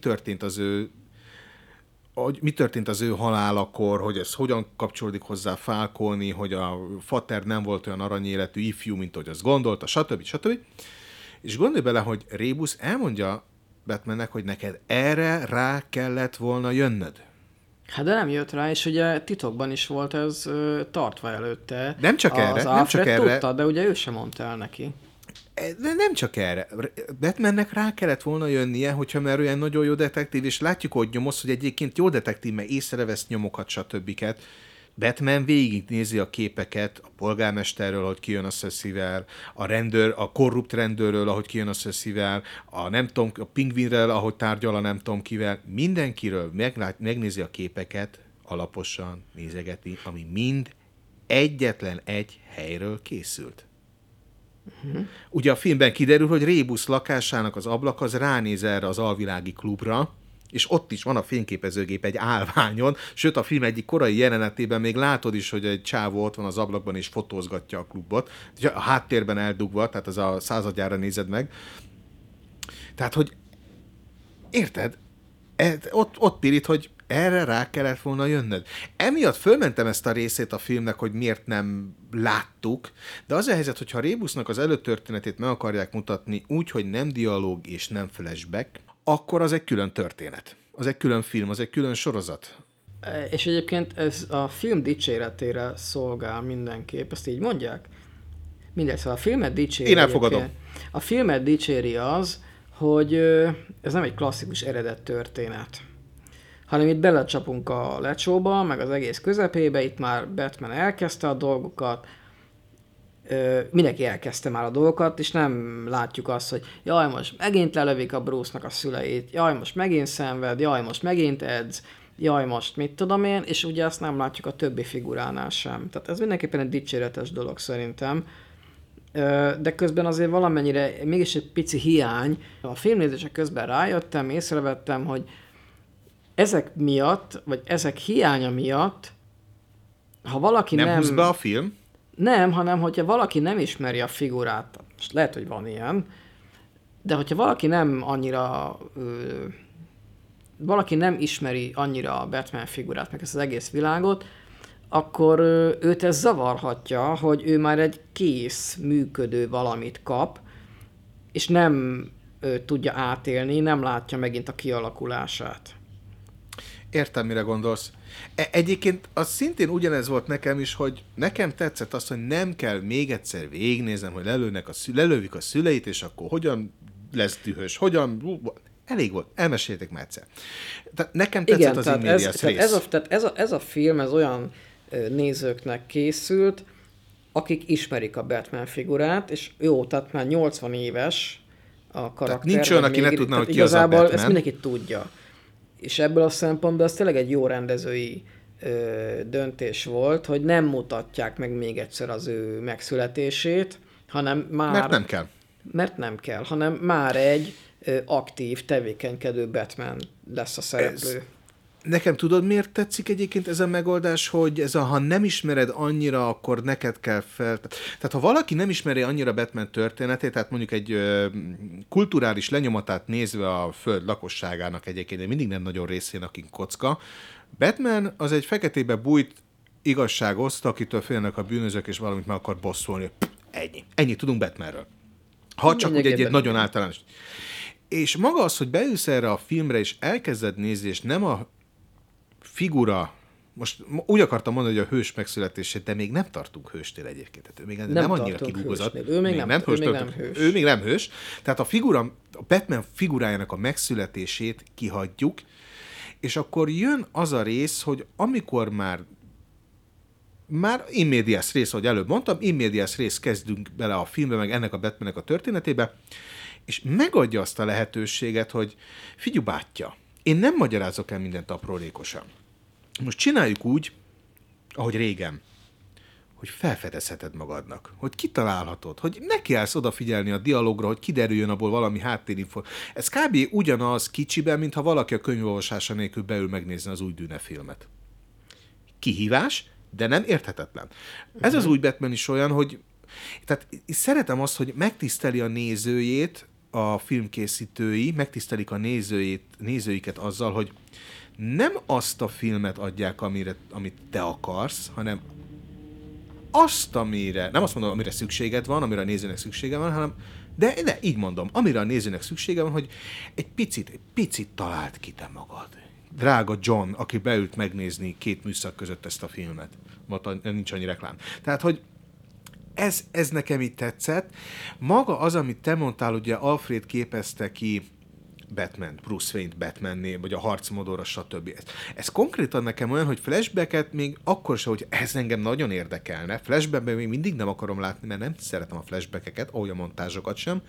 történt az ő halálakor, hogy ez hogyan kapcsolódik hozzá Falcone, hogy a fater nem volt olyan aranyéletű ifjú, mint ahogy azt gondolta, stb. És gondolj bele, hogy Rébus elmondja Batmannek, hogy neked erre rá kellett volna jönnöd. Hát de nem jött rá, és ugye titokban is volt ez tartva előtte. Nem csak erre. Tudta, de ugye ő sem mondta el neki. De nem csak erre. Batmannek rá kellett volna jönnie, hogyha már olyan nagyon jó detektív, és látjuk, hogy nyomoz, hogy egyébként jó detektív, mert észrevesz nyomokat, stb. Batman végignézi a képeket a polgármesterről, ahogy kijön a Cecivel, a korrupt rendőrről, ahogy kijön a Cecivel, a pingvinről, ahogy tárgyal a nem tudom kivel, mindenkiről megnézi a képeket, alaposan nézegetni, ami mind egyetlen egy helyről készült. Ugye a filmben kiderül, hogy Rébusz lakásának az ablak az ránéz erre az alvilági klubra, és ott is van a fényképezőgép egy állványon, sőt a film egyik korai jelenetében még látod is, hogy egy csávó ott van az ablakban és fotózgatja a klubot, a háttérben eldugva, tehát az a századjára nézed meg. Tehát, hogy érted? Ott pirít, hogy erre rá kellett volna jönnöd. Emiatt fölmentem ezt a részét a filmnek, hogy miért nem láttuk, de az a helyzet, hogyha a Rébusznak az előtörténetét meg akarják mutatni úgy, hogy nem dialóg és nem flashback, akkor az egy külön történet. Az egy külön film, az egy külön sorozat. És egyébként ez a film dicséretére szolgál mindenképp, ezt így mondják? Mindegy, szóval a filmet dicséri. Én elfogadom. A filmet dicséri az, hogy ez nem egy klasszikus eredet történet, hanem itt belecsapunk a lecsóba, meg az egész közepébe, itt már Batman elkezdte a dolgokat, mindenki elkezdte már a dolgokat, és nem látjuk azt, hogy jaj, most megint lelövik a Bruce-nak a szüleit, jaj, most megint szenved, jaj, most megint edz, jaj, most mit tudom én, és ugye azt nem látjuk a többi figuránál sem. Tehát ez mindenképpen egy dicséretes dolog szerintem. De közben azért valamennyire mégis egy pici hiány. A filmnézések közben rájöttem, észrevettem, hogy ezek miatt, vagy ezek hiánya miatt, ha valaki nem húz be a film? Nem, hanem hogyha valaki nem ismeri a figurát, most lehet, hogy van ilyen, de hogyha valaki nem annyira, valaki nem ismeri annyira a Batman figurát, meg ezt az egész világot, akkor őt ez zavarhatja, hogy ő már egy kész, működő valamit kap, és nem tudja átélni, nem látja megint a kialakulását. Értem, mire gondolsz. Egyébként az szintén ugyanez volt nekem is, hogy nekem tetszett az, hogy nem kell még egyszer végignéznem, hogy lelövik a szüleit, és akkor hogyan lesz dühös, elég volt, elmesélték már egyszer. Tehát nekem tetszett igen, az tehát immediate rész. Ez a film, ez olyan nézőknek készült, akik ismerik a Batman figurát, és jó, tehát már 80 éves a karakter. Tehát nincs olyan, aki ne tudná, hogy ki az a igazából Batman. ezt mindenki tudja. És ebből a szempontból ez tényleg egy jó rendezői döntés volt, hogy nem mutatják meg még egyszer az ő megszületését, hanem már... Mert nem kell, hanem már egy aktív, tevékenykedő Batman lesz a szereplő. Nekem tudod, miért tetszik egyébként ez a megoldás, hogy ha nem ismered annyira, akkor neked kell fel... Tehát ha valaki nem ismeri annyira Batman történetét, tehát mondjuk egy kulturális lenyomatát nézve a föld lakosságának egyébként, de mindig nem nagyon részén, akik kocka, Batman az egy feketébe bújt igazságoszt, akitől félnek a bűnözők, és valamit meg akar bosszolni. Ennyi. Ennyit tudunk Batmanről. Ha csak úgy egy nagyon általános... És maga az, hogy beülsz erre a filmre, és elkezded nézni, és nem a figura, most úgy akartam mondani, hogy a hős megszületését, de még nem tartunk hőstél egyébként. Tehát ő még nem annyira kidúgozott. Ő még nem hős. Ő még nem hős. Tehát a Batman figurájának a megszületését kihagyjuk, és akkor jön az a rész, hogy amikor már in medias res, ahogy előbb mondtam, in medias res kezdünk bele a filmbe, meg ennek a Batmannek a történetébe, és megadja azt a lehetőséget, hogy figyelj bátyja, én nem magyarázok el mindent aprólékosan. Most csináljuk úgy, ahogy régen, hogy felfedezheted magadnak, hogy kitalálhatod, hogy nekiállsz odafigyelni a dialógra, hogy kiderüljön abból valami háttérinfo. Ez kb. Ugyanaz kicsiben, mintha valaki a könyvolvasása nélkül beül megnézni az új Dűne filmet. Kihívás, de nem érthetetlen. Ez az új Batman is olyan, hogy tehát szeretem azt, hogy megtiszteli a nézőjét, a filmkészítői megtisztelik a nézőiket azzal, hogy nem azt a filmet adják, amit te akarsz, hanem azt, nem azt mondom, amire szükséged van, amire a nézőnek szüksége van, hanem, de így mondom, amire a nézőnek szüksége van, hogy egy picit találd ki te magad. Drága John, aki beült megnézni 2 műszak között ezt a filmet. Nincs annyi reklám. Tehát, hogy ez nekem így tetszett. Maga az, amit te mondtál, ugye Alfred képezte ki Batman, Bruce Wayne-t Batmanné, vagy a harcmodorra, stb. Ez konkrétan nekem olyan, hogy flashbacket még akkor sem, hogy ez engem nagyon érdekelne. Flashbackben még mindig nem akarom látni, mert nem szeretem a flashbackeket, ahogy a montázsokat sem.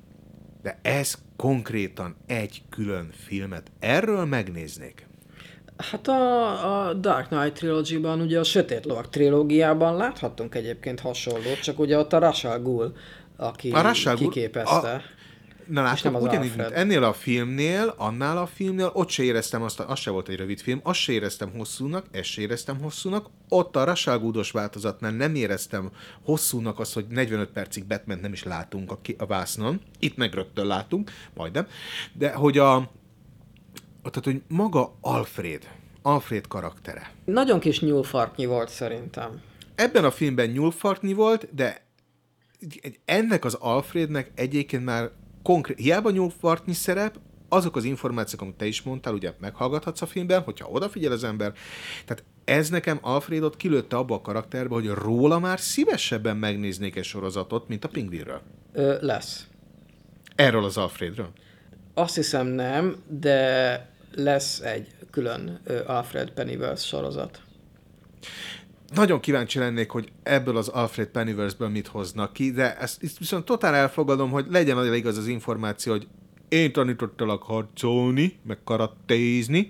De ez konkrétan egy külön filmet. Erről megnéznék. Hát a Dark Knight Trilogy-ban, ugye a Sötét Lovag trilógiában láthattunk egyébként hasonlót, csak ugye ott a Ra's al Ghul, aki A Ra's al Ghul, kiképezte, na és nem látod, az ugyanígy, mint Alfred. ennél a filmnél, annál a filmnél, ott se éreztem az se volt egy rövid film, azt se éreztem hosszúnak, ezt se éreztem hosszúnak, ott a Ra's al Ghul-os változatnál nem éreztem hosszúnak azt, hogy 45 percig Batman nem is látunk a vásznon, itt meg rögtön látunk, majdnem, de hogy tehát, hogy maga Alfred karaktere. Nagyon kis nyúlfarknyi volt szerintem. Ebben a filmben nyúlfarknyi volt, de ennek az Alfrednek egyébként már konkrét, hiába nyúlfarknyi szerep, azok az információk, amit te is mondtál, ugye meghallgathatsz a filmben, hogyha odafigyel az ember. Tehát ez nekem Alfredot kilőtte abba a karakterbe, hogy róla már szívesebben megnéznék egy sorozatot, mint a Pingvinről. Lesz. Erről az Alfredről. Azt hiszem nem, de lesz egy külön Alfred Pennyworth sorozat. Nagyon kíváncsi lennék, hogy ebből az Alfred Pennyworth-ből mit hoznak ki, de ezt viszont totál elfogadom, hogy legyen elég az információ, hogy én tanítottalak harcolni, meg karatézni,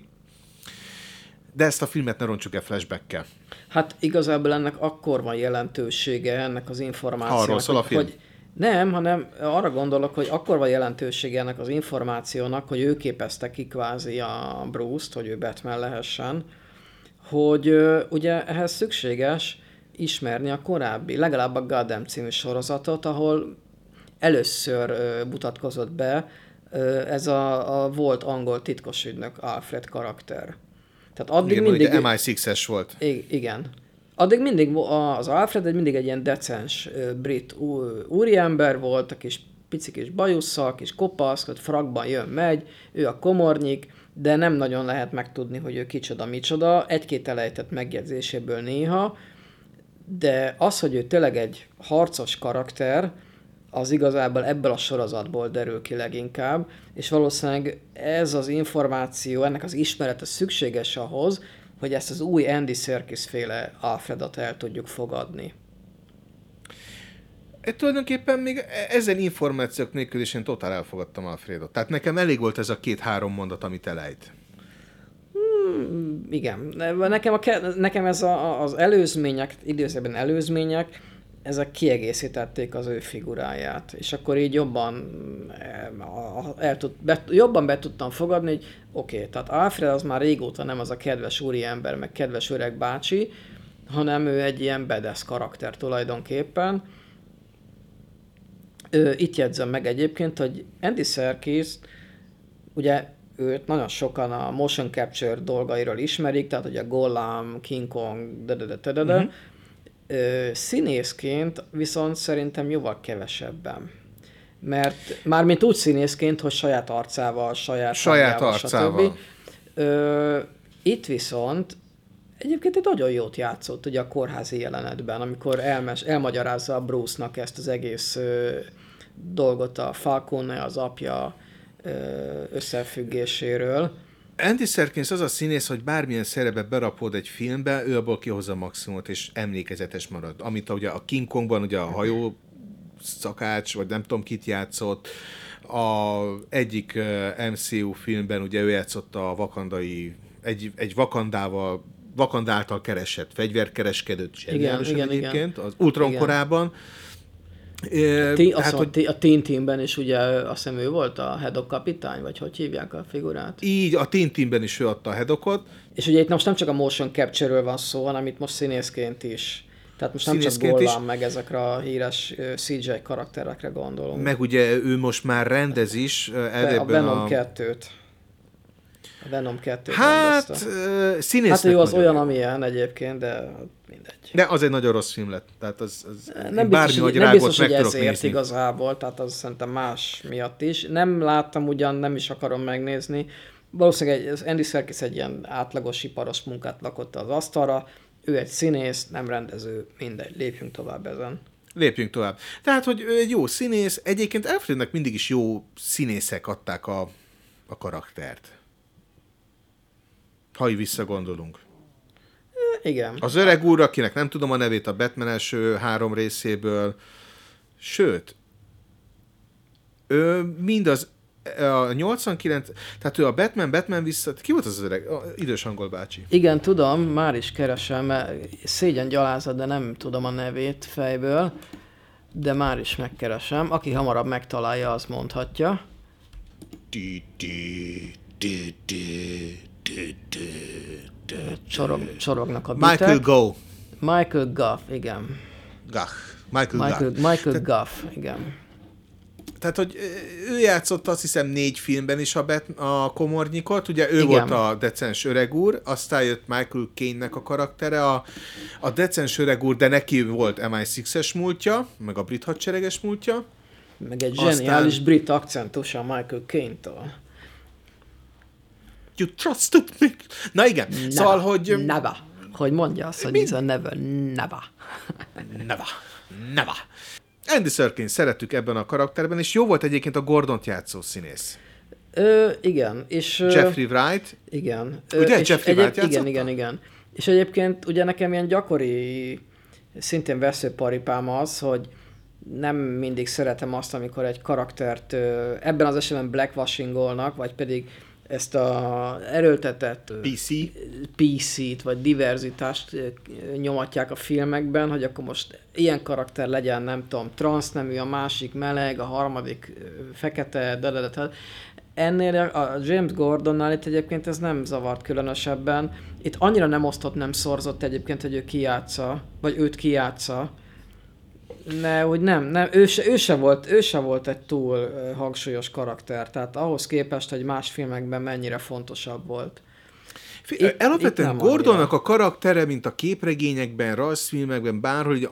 de ezt a filmet ne roncsuk el flashback-kel. Hát igazából ennek akkor van jelentősége, ennek az információnak. Arról szól a film? Hogy nem, hanem arra gondolok, hogy akkor van jelentősége ennek az információnak, hogy ő képezte ki kvázi a Bruce-t, hogy ő Batman lehessen, hogy ugye ehhez szükséges ismerni a korábbi, legalább a Gotham című sorozatot, ahol először mutatkozott be ez a volt angol titkosügynök Alfred karakter. Tehát addig Igen, mindig... ugye MI6-es volt. Igen. Addig mindig az Alfred mindig egy ilyen decens brit úriember volt, a kis pici kis bajusszal, kis kopasz, hogy frakban jön-megy, ő a komornyik, de nem nagyon lehet megtudni, hogy ő kicsoda-micsoda, egy-két elejtett megjegyzéséből néha, de az, hogy ő tényleg egy harcos karakter, az igazából ebből a sorozatból derül ki leginkább, és valószínűleg ez az információ, ennek az ismerete szükséges ahhoz, hogy ezt az új Andy Serkis féle Alfredot el tudjuk fogadni. Tulajdonképpen még ezen információk nélkül is én totál elfogadtam Alfredot. Tehát nekem elég volt ez a 2-3 mondat, amit elejt. Igen. Nekem ez az előzmények, időszakban előzmények, ezek kiegészítették az ő figuráját. És akkor így jobban be tudtam fogadni, hogy oké, tehát Alfred az már régóta nem az a kedves úriember, meg kedves öreg bácsi, hanem ő egy ilyen badass karakter tulajdonképpen. Itt jegyzem meg egyébként, hogy Andy Serkis, ugye őt nagyon sokan a motion capture dolgairól ismerik, tehát ugye Gollum, King Kong, színészként viszont szerintem jóval kevesebben. Mert mármint úgy színészként, hogy saját arcával, saját arcával. Itt viszont egyébként egy nagyon jót játszott ugye a kórházi jelenetben, amikor elmagyarázza a Bruce-nak ezt az egész dolgot a Falcone, az apja összefüggéséről. Andy Serkis az a színész, hogy bármilyen szerepbe berapod egy filmbe, ő abból kihozza a maximumot, és emlékezetes marad. Amit ugye a King Kongban ugye a hajó szakács, vagy nem tudom kit játszott, a egyik MCU filmben ugye ő játszott a vakandai, egy Wakanda által keresett fegyverkereskedőt, Igen. az Ultron korában. A Teen Teamben is ugye azt hiszem ő volt a Haddock kapitány, vagy hogy hívják a figurát? Így, a Teen Teamben is ő adta a Haddokot. És ugye itt most nem csak a motion capture-ről van szó, hanem itt most színészként is. Tehát most nem csak Gollum, meg ezekre a híres CGI karakterekre gondolunk. Meg ugye ő most már rendez is. A Venom 2-t. A Venom 2-t hát, színésznek hát ő az olyan, jó. amilyen egyébként, de mindegy. De az egy nagyon rossz film lett. Tehát az nem biztos, hogy ezért igazából, tehát az szerintem más miatt is. Nem láttam ugyan, nem is akarom megnézni. Valószínűleg az Andy Serkis egy ilyen átlagos iparos munkát lakott az asztalra, ő egy színész, nem rendező, mindegy, lépjünk tovább ezen. Lépjünk tovább. Tehát, hogy ő egy jó színész, egyébként Alfrednek mindig is jó színészek adták a karaktert. Ha így visszagondolunk. Igen. Az öreg úr, akinek nem tudom a nevét a Batman első 3 részéből, sőt, ő mind az a 89, tehát ő a Batman vissza, ki volt az öreg? Idős angol bácsi. Igen, tudom, már is keresem, mert szégyen gyalázat, de nem tudom a nevét fejből, de már is megkeresem. Aki hamarabb megtalálja, az mondhatja. Csorognak a bitek. Michael Gough. Michael Gough, igen. Michael Gough, igen. Tehát, hogy ő játszott azt hiszem 4 filmben is a komornyikot, ugye ő igen. volt a decens öreg úr, aztán jött Michael Caine-nek a karaktere, a decens öreg úr, de neki volt MI6-es múltja, meg a brit hadsereges múltja. Meg egy zseniális brit akcentus a Michael Caine-től. You trusted me. Na igen, Never. szóval, hogy... Never. Hogy mondja azt, hogy ez a never. Never. Andy Serkis szerettük ebben a karakterben, és jó volt egyébként a Gordont játszó színész. Igen. És, Jeffrey Wright. Igen. Ugye Jeffrey Wright játszotta? Igen. És egyébként ugye nekem ilyen gyakori, szintén veszőparipám az, hogy nem mindig szeretem azt, amikor egy karaktert ebben az esetben blackwashingolnak, vagy pedig ezt a erőltetett PC-t, vagy diverzitást nyomatják a filmekben, hogy akkor most ilyen karakter legyen, nem tudom, transznemű, a másik meleg, a harmadik fekete, Ennél a James Gordonnál itt egyébként ez nem zavart különösebben. Itt annyira nem osztott, nem szorzott egyébként, hogy ő kijátsza, vagy őt kijátsza. Hogy nem, ő se volt egy túl hangsúlyos karakter, tehát ahhoz képest, hogy más filmekben mennyire fontosabb volt. Alapvetően Gordonnak a karaktere, mint a képregényekben, rajzfilmekben, bárhol, hogy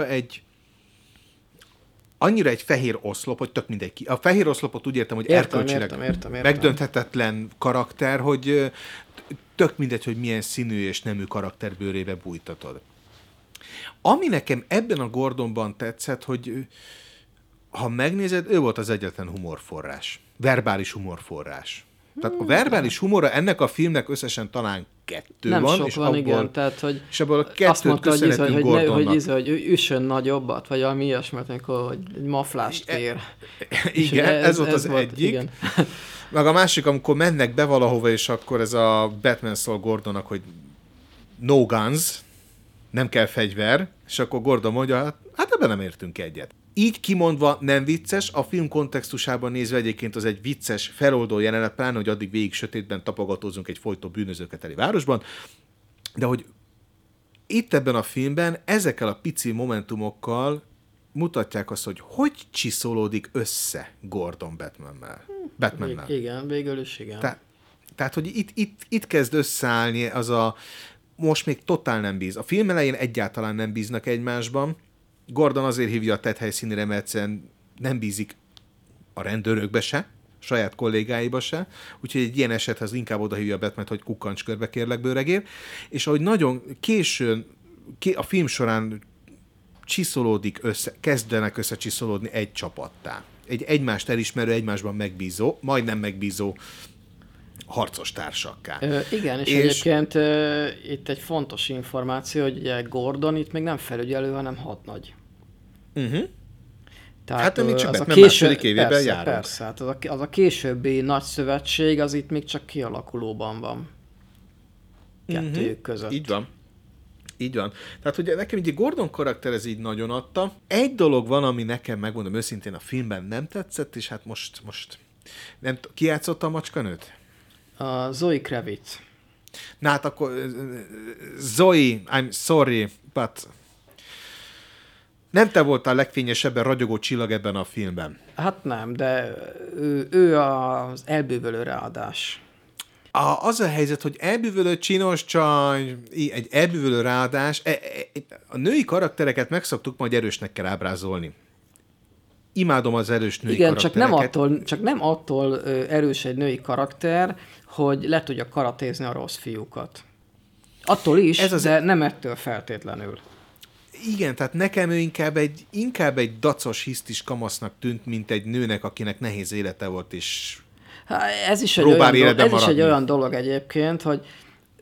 annyira egy fehér oszlop, hogy tök mindegy ki. A fehér oszlopot úgy értem, hogy erkölcsileg megdönthetetlen karakter, hogy tök mindegy, hogy milyen színű és nemű karakterbőrébe bújtatod. Ami nekem ebben a Gordonban tetszett, hogy ha megnézed, ő volt az egyetlen humorforrás. Verbális humorforrás. Tehát a verbális humora ennek a filmnek összesen talán 2 nem van. Sok és van, abból, igen. Tehát, hogy és abból a 2-t köszönhetünk Gordonnak. Hogy üssön nagyobbat, vagy valami ilyesmit, hogy egy maflást kér. Igen, ez volt az egyik. Igen. Meg a másik, amikor mennek be valahova, és akkor ez a Batman szól Gordonnak, hogy no guns, nem kell fegyver, és akkor Gordon mondja, hát ebben nem értünk egyet. Így kimondva nem vicces, a film kontextusában nézve egyébként az egy vicces, feloldó jelenet, pláne, hogy addig végig sötétben tapogatózunk egy folytó bűnözőket teli városban, de hogy itt ebben a filmben ezekkel a pici momentumokkal mutatják azt, hogy csiszolódik össze Gordon Batmannel. Igen, végül is igen. Tehát, hogy itt kezd összeállni az a most még totál nem bíz. A film elején egyáltalán nem bíznak egymásban. Gordon azért hívja a tett helyszínére, mert egyszerűen nem bízik a rendőrökbe se, saját kollégáiba se, úgyhogy egy ilyen esethez inkább oda hívja a Batman, hogy kukkancs körbe kérlek bőregér, és ahogy nagyon későn a film során kezdenek összecsiszolódni egy csapattá. Egy egymást elismerő, egymásban megbízó, majdnem megbízó harcos társakká. Igen, és egyébként itt egy fontos információ, hogy ugye Gordon itt még nem felügyelő, hanem hadnagy. Tehát, hát nem, csak az Batman második évében járunk. Persze, hát az a későbbi nagy szövetség, az itt még csak kialakulóban van. Kettőjük között. Így van. Tehát ugye nekem így Gordon karakter ez így nagyon adta. Egy dolog van, ami nekem, megmondom őszintén, a filmben nem tetszett, és hát most nem ki játszotta a macskanőt? A Zoe Kravitz. Na hát akkor Zoe, I'm sorry, but nem te voltál legfényesebben ragyogó csillag ebben a filmben. Hát nem, de ő az elbűvölő ráadás. Az a helyzet, hogy elbűvölő csinos csaj, egy elbűvölő ráadás, a női karaktereket megszoktuk, majd erősnek kell ábrázolni. Imádom az erős női karaktereket. Igen, csak nem attól erős egy női karakter, hogy le tudja karatézni a rossz fiúkat. Attól is, de nem ettől feltétlenül. Igen, tehát nekem ő inkább egy dacos, hisztis kamasznak tűnt, mint egy nőnek, akinek nehéz élete volt, és ez is egy olyan dolog egyébként, hogy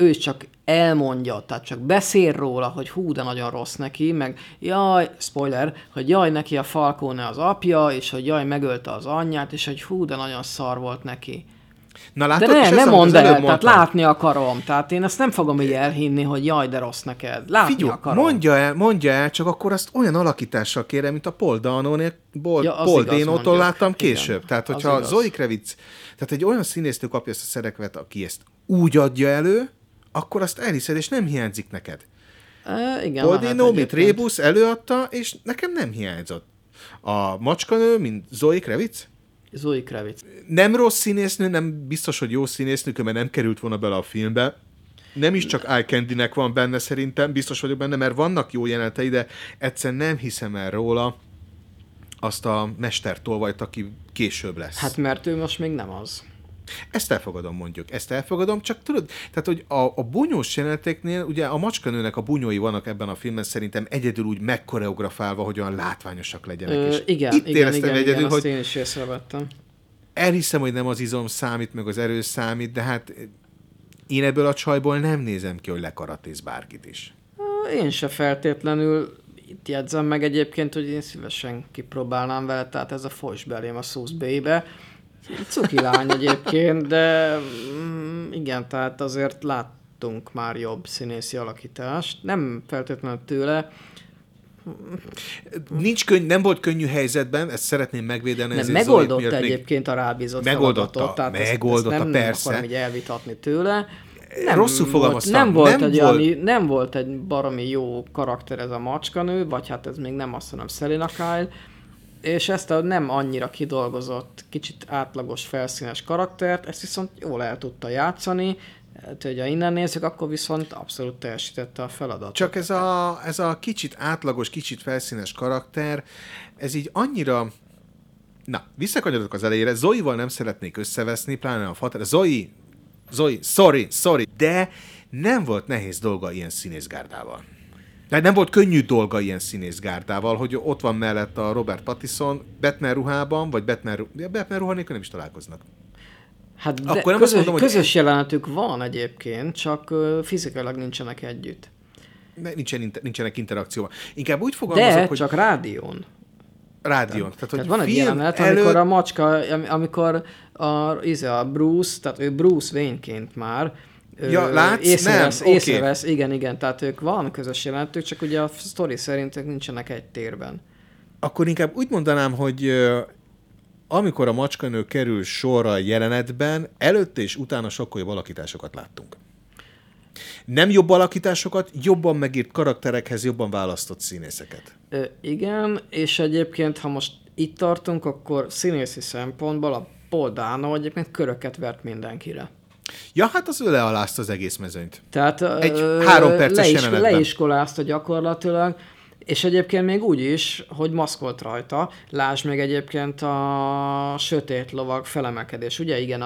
ő is csak elmondja, tehát csak beszél róla, hogy hú, de nagyon rossz neki, meg jaj, spoiler, hogy jaj, neki a Falcone az apja, és hogy jaj, megölte az anyját, és hogy hú, de nagyon szar volt neki. Na, látod, De nem mondd el, tehát látni akarom. Tehát én ezt nem fogom így elhinni, hogy jaj, de rossz neked. Látni akarom. Mondja el, csak akkor azt olyan alakítással kérem, mint a Paul Dano-nél, Paul Dano-tól láttam később. Igen, tehát, hogyha Zoe Kravitz, tehát egy olyan színésznő kapja ezt a szerepet, aki ezt úgy adja elő, akkor azt elhiszed, és nem hiányzik neked. Igen, Paul Dano, mint Rébus előadta, és nekem nem hiányzott. A macskanő, mint Zoe Kravitz? Zoe Kravitz. Nem rossz színésznő, nem biztos, hogy jó színésznő, mert nem került volna bele a filmbe. Nem is csak eye candy-nek van benne szerintem, biztos vagyok benne, mert vannak jó jelenetei, de egyszerűen nem hiszem el róla azt a mestertolvajt, aki később lesz. Hát mert ő most még nem az. Ezt elfogadom, mondjuk. Ezt elfogadom, csak tudod, tehát, hogy a bunyós jeleneteknél, ugye a macskanőnek a bunyói vannak ebben a filmben szerintem egyedül úgy megkoreografálva, hogy olyan látványosak legyenek. És igen, itt éreztem egyedül, hogy én is észrevettem. Elhiszem, hogy nem az izom számít, meg az erő számít, de hát én ebből a csajból nem nézem ki, hogy lekaratész bárkit is. Én se feltétlenül. Itt jegyzem meg egyébként, hogy én szívesen kipróbálnám vele, tehát ez a folyss belém a szószbébe. Cuki lány egyébként, de igen, tehát azért láttunk már jobb színészi alakítást. Nem feltétlenül tőle. Nem volt könnyű helyzetben, ezt szeretném megvédeni. Nem, megoldotta egyébként a rábízott feladatot. Tehát megoldotta, ezt nem persze. akarom így elvitatni tőle. Rosszul fogalmaztam. Nem volt egy baromi jó karakter ez a macskanő, vagy hát ez még nem azt mondom Selina Kyle, és ezt a nem annyira kidolgozott, kicsit átlagos felszínes karaktert, ezt viszont jól el tudta játszani, hát, hogyha innen nézzük, akkor viszont abszolút teljesítette a feladatot. Csak ez a kicsit átlagos, kicsit felszínes karakter, ez így annyira... Na, visszakanyarodok az elejére, Zoe-val nem szeretnék összeveszni, pláne a Fater. Zoe, sorry, de nem volt nehéz dolga ilyen színészgárdával. De nem volt könnyű dolga ilyen színészgárdával, hogy ott van mellett a Robert Pattinson Batman ruhában, vagy Batman ruha nélkül nem is találkoznak. Hát de akkor közös jelenetük van egyébként, csak fizikailag nincsenek együtt. Nincsenek interakcióban. Inkább úgy fogalmazok, hogy... csak rádión. Tehát van egy jelenet, amikor a macska, amikor a Bruce, tehát ő Bruce Wayne-ként már észrevesz, igen, tehát ők van közös jelenetük, csak ugye a sztori szerint ők nincsenek egy térben. Akkor inkább úgy mondanám, hogy amikor a macskanő kerül sorra a jelenetben, előtte és utána sokkal jobb alakításokat láttunk. Nem jobb alakításokat, jobban megírt karakterekhez jobban választott színészeket. Igen, és egyébként, ha most itt tartunk, akkor színészi szempontból a Paul Dano egyébként köröket vert mindenkire. Ja, hát az ő lealázta az egész mezőnyt. Tehát egy 3 perces jelenetben. Leiskolázta gyakorlatilag, és egyébként még úgy is, hogy maszkolt rajta. Lásd meg egyébként a Sötét Lovag felemelkedés. Ugye igen,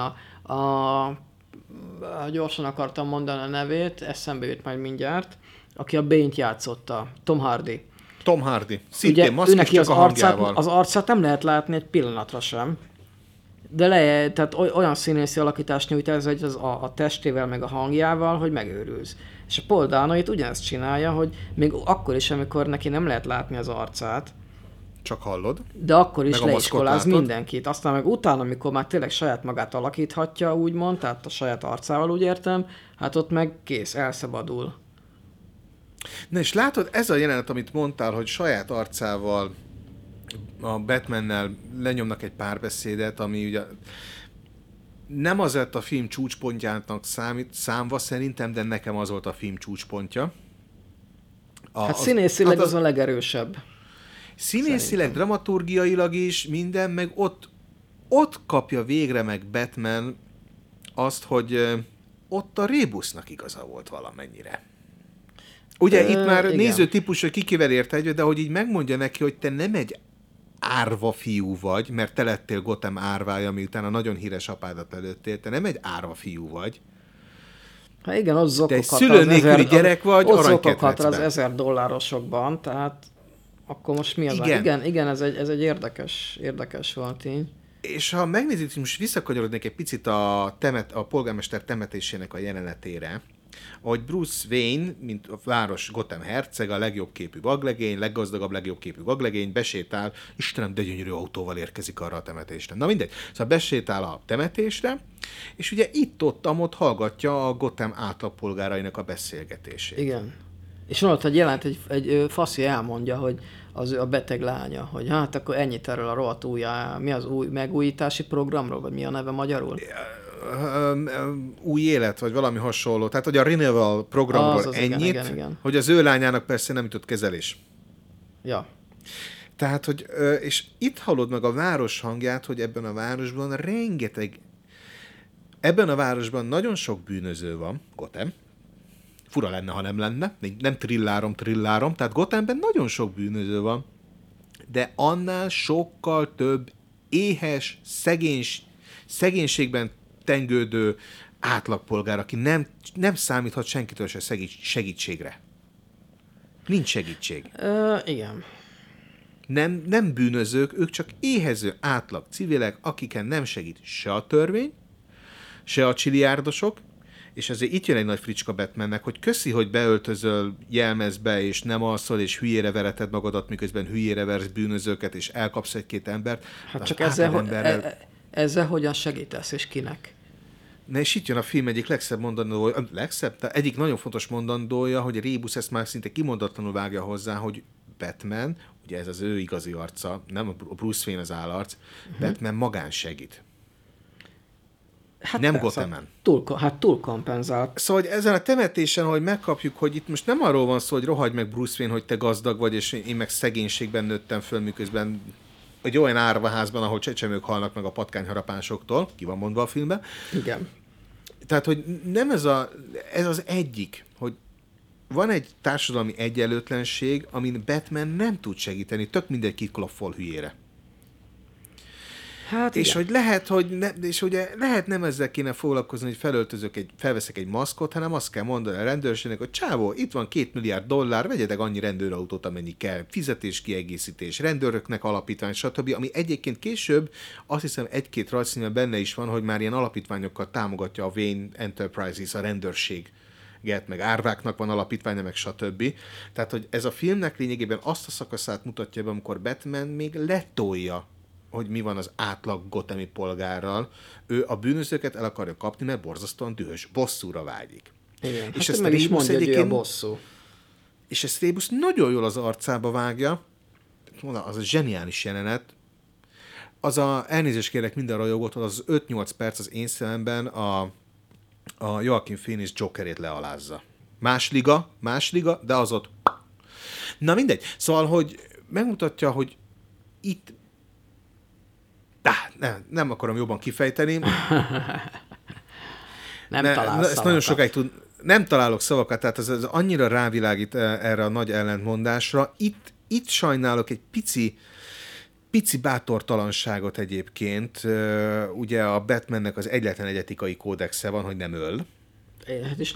gyorsan akartam mondani a nevét, eszembe jut majd mindjárt, aki a Bane-t játszotta, Tom Hardy. Szintén maszk is csak a hangjával. Az arcát nem lehet látni egy pillanatra sem. De tehát olyan színészi alakítást nyújt ez a testével meg a hangjával, hogy megőrülsz. És a Paul Dano itt ugyanezt csinálja, hogy még akkor is, amikor neki nem lehet látni az arcát, csak hallod. De akkor is leiskoláz mindenkit. Aztán meg utána, amikor már tényleg saját magát alakíthatja, úgymond, tehát a saját arcával úgy értem, hát ott meg kész, elszabadul. Na és látod, ez a jelenet, amit mondtál, hogy saját arcával a Batmannel lenyomnak egy párbeszédet, ami ugye nem az lett a film csúcspontjának számva szerintem, de nekem az volt a film csúcspontja. Színészileg az a legerősebb. Színészileg, dramaturgiailag is minden, meg ott kapja végre meg Batman azt, hogy ott a Rébusnak igaza volt valamennyire. Ugye itt már igen. Nézőtípus, hogy kikivel ért együtt, de hogy így megmondja neki, hogy te nem egy árva fiú vagy, mert te lettél Gotham árvája, miután a nagyon híres apádat előttél, te nem egy árva fiú vagy. Hát igen, ott zokoghat az szülő nélküli gyerek vagy, aranykedvecben. Az $1000 van, tehát akkor most mi az? Igen, ez egy érdekes van tény. És ha megnézzük, most visszakanyarodnék egy picit a polgármester temetésének a jelenetére, hogy Bruce Wayne, mint a város Gotham herceg, a legjobb képű vaglegény, leggazdagabb, legjobb képű vaglegény, besétál, Istenem, de gyönyörű autóval érkezik arra a temetésre. Na mindegy, szóval besétál a temetésre, és ugye itt-ott hallgatja a Gotham átlagpolgárainak a beszélgetését. Igen. És van ott egy jelent, egy faszi elmondja, hogy az ő a beteg lánya, hogy hát akkor ennyit erről a rohadt mi az új megújítási programról, vagy mi a neve magyarul? Új élet, vagy valami hasonló. Tehát, hogy a Renewal programról ennyit, igen. hogy az ő lányának persze nem jutott kezelés. Ja. Tehát, hogy, és itt hallod meg a város hangját, hogy ebben a városban nagyon sok bűnöző van, Gotham. Fura lenne, ha nem lenne. Nem trillárom. Tehát Gothamben nagyon sok bűnöző van, de annál sokkal több éhes, szegénységben tengődő átlagpolgár, aki nem számíthat senkitől se segítségre. Nincs segítség. Igen. Nem bűnözők, ők csak éhező átlag civilek, akiken nem segít se a törvény, se a csiliárdosok, és ezért itt jön egy nagy fricska Batmannek, hogy köszi, hogy beöltözöl jelmezbe, és nem alszol, és hülyére vereted magadat, miközben hülyére versz bűnözőket, és elkapsz egy-két embert. Hát csak ezzel hogyan segítesz, és kinek? Na és itt jön a film egyik legszebb mondandója, de egyik nagyon fontos mondandója, hogy Rébus ezt már szinte kimondatlanul vágja hozzá, hogy Batman, ugye ez az ő igazi arca, nem a Bruce Wayne az állarc, Batman magán segít. Hát nem persze, Gothamen. Túl kompenzált. Szóval, hogy ezen a temetésen, hogy megkapjuk, hogy itt most nem arról van szó, hogy rohagy meg Bruce Wayne, hogy te gazdag vagy, és én meg szegénységben nőttem föl, miközben egy olyan árvaházban, ahol csecsemők halnak meg a patkányharapásoktól, ki van mondva a filmben. Igen. Tehát, hogy nem ez az egyik, hogy van egy társadalmi egyenlőtlenség, amin Batman nem tud segíteni, tök mindegy kiklaffol hülyére. Hát és igen. hogy lehet, és ugye lehet nem ezzel kéne foglalkozni, hogy felveszek egy maszkot, hanem azt kell mondani a rendőrségnek, hogy csávó, itt van $2 milliárd, vegyetek annyi rendőrautót, amennyi kell, fizetéskiegészítés, rendőröknek alapítvány, stb., ami egyébként később, azt hiszem egy-két rajzfilmben benne is van, hogy már ilyen alapítványokkal támogatja a Wayne Enterprises, a rendőrség, meg árváknak van alapítványa, meg stb. Tehát, hogy ez a filmnek lényegében azt a szakaszát mutatja be, amikor Batman még letolja, hogy mi van az átlag gothami polgárral. Ő a bűnözőket el akarja kapni, mert borzasztóan dühös, bosszúra vágyik. Igen, és hát ezt meg is mondja, hogy ő a bosszú. És ezt Rébus nagyon jól az arcába vágja. Az a zseniális jelenet. Elnézést kérek minden rajongótól, az 5-8 perc az én szememben a Joaquin Phoenix Jokerét lealázza. Más liga, de az ott... Na mindegy. Szóval, hogy megmutatja, hogy itt nem akarom jobban kifejteni. Ezt nagyon sokáig nem találok szavakat, tehát ez annyira rávilágít erre a nagy ellentmondásra. Itt sajnálok egy pici bátortalanságot egyébként. Ugye a Batmannek az egyetlen egy etikai kódexe van, hogy nem öl. És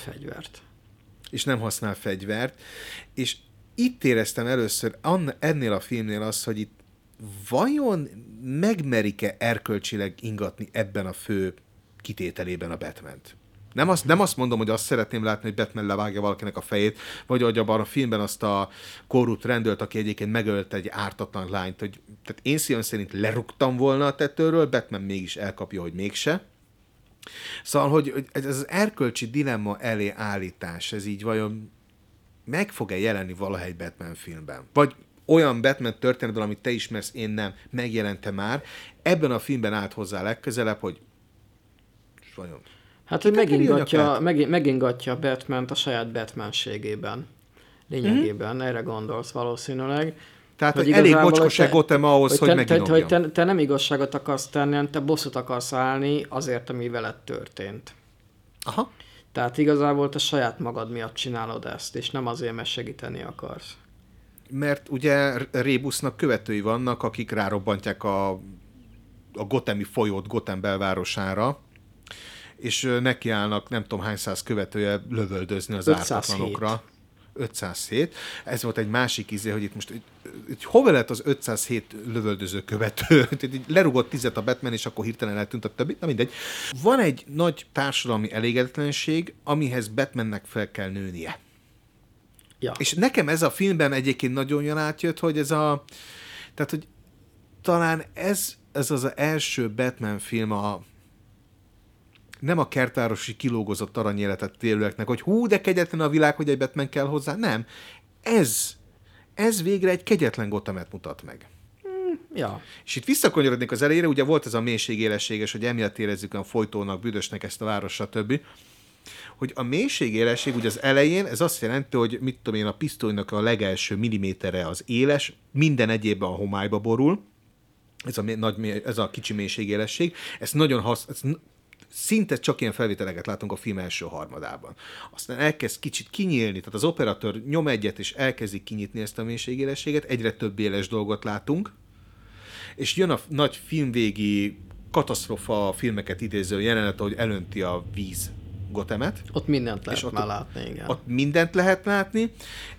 nem használ fegyvert. És itt éreztem először ennél a filmnél azt, hogy itt vajon megmerik-e erkölcsileg ingatni ebben a fő kitételében a Batmant? Nem azt mondom, hogy azt szeretném látni, hogy Batman levágja valakinek a fejét, vagy hogy abban a filmben azt a korrupt rendőrt, aki egyébként megölte egy ártatlan lányt, tehát én szívem szerint lerúgtam volna a tetőről, Batman mégis elkapja, hogy mégse. Szóval, hogy ez az erkölcsi dilemma elé állítás, ez így vajon meg fog-e jelenni valahogy egy Batman filmben? Vagy olyan Batman történetben, amit te ismersz, én nem, megjelente már. Ebben a filmben állt hozzá legközelebb, hogy vajon... Hát, hogy megingatja Batmant a saját Batmanségében. Lényegében, erre gondolsz valószínűleg. Tehát, hogy elég mocskos Gotham ahhoz, hogy meginomjon. Hogy te nem igazságot akarsz tenni, hanem te bosszút akarsz állni azért, ami veled történt. Aha. Tehát igazából te saját magad miatt csinálod ezt, és nem azért, mert segíteni akarsz. Mert ugye Rébusnak követői vannak, akik rárobbantják a gothami folyót Gotham belvárosára, és nekiállnak nem tudom hány száz követője lövöldözni az ártatlanokra. 507. Ez volt egy másik hogy itt most hova lett az 507 lövöldöző követő? Így lerugott 10 a Batman, és akkor hirtelen eltűnt a többi. Na mindegy. Van egy nagy társadalmi elégedetlenség, amihez Batmannek fel kell nőnie. Ja. És nekem ez a filmben egyébként nagyon jól átjött, hogy tehát, hogy talán ez az első Batman film nem a kertvárosi kilógozott aranyéletet élőeknek, hogy hú, de kegyetlen a világ, hogy egy Batman kell hozzá. Nem. Ez végre egy kegyetlen Gothamet mutat meg. Ja. És itt visszakonyorodnék az elejére, ugye volt ez a mélységélességes, hogy emiatt érezzük a folytónak, büdösnek ezt a város, stb. Hogy a mélységélesség ugye az elején, ez azt jelenti, hogy mit tudom én, a pisztolynak a legelső milliméterre az éles, minden egyébben a homályba borul, ez a kicsi mélységélesség, ez nagyon szinte csak ilyen felvételeket látunk a film első harmadában. Aztán elkezd kicsit kinyílni, tehát az operatőr nyom egyet, és elkezdik kinyitni ezt a mélységélességet, egyre több éles dolgot látunk, és jön a nagy filmvégi katasztrofa filmeket idéző jelenet, ahogy elönti a víz Gothamet. Ott mindent lehet már látni, igen. Ott mindent lehet látni,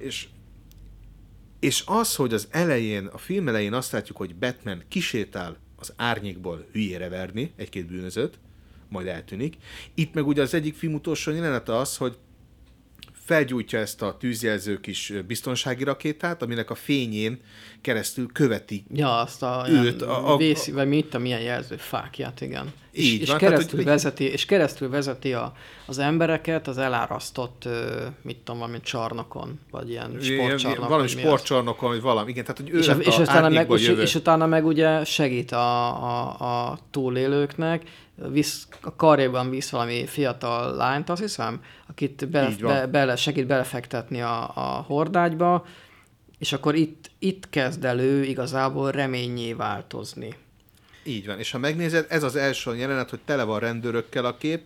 és az, hogy az elején, a film elején azt látjuk, hogy Batman kisétál az árnyékból hülyére verni egy-két bűnözőt, majd eltűnik. Itt meg ugye az egyik film utolsó jelenete az, hogy felgyújtja ezt a tűzjelző kis biztonsági rakétát, aminek a fényén keresztül követi azt őt. Vagy mit a milyen jelző fákját, igen. És keresztül vezeti az embereket az elárasztott, mit tudom, valami csarnokon, vagy ilyen sportcsarnokon. Valami sportcsarnokon, vagy valami, igen, tehát hogy ő és utána meg ugye segít a túlélőknek, a karjában visz valami fiatal lányt, azt hiszem, akit segít belefektetni a hordágyba, és akkor itt kezd elő igazából reménnyé változni. Így van, és ha megnézed, ez az első jelenet, hogy tele van rendőrökkel a kép,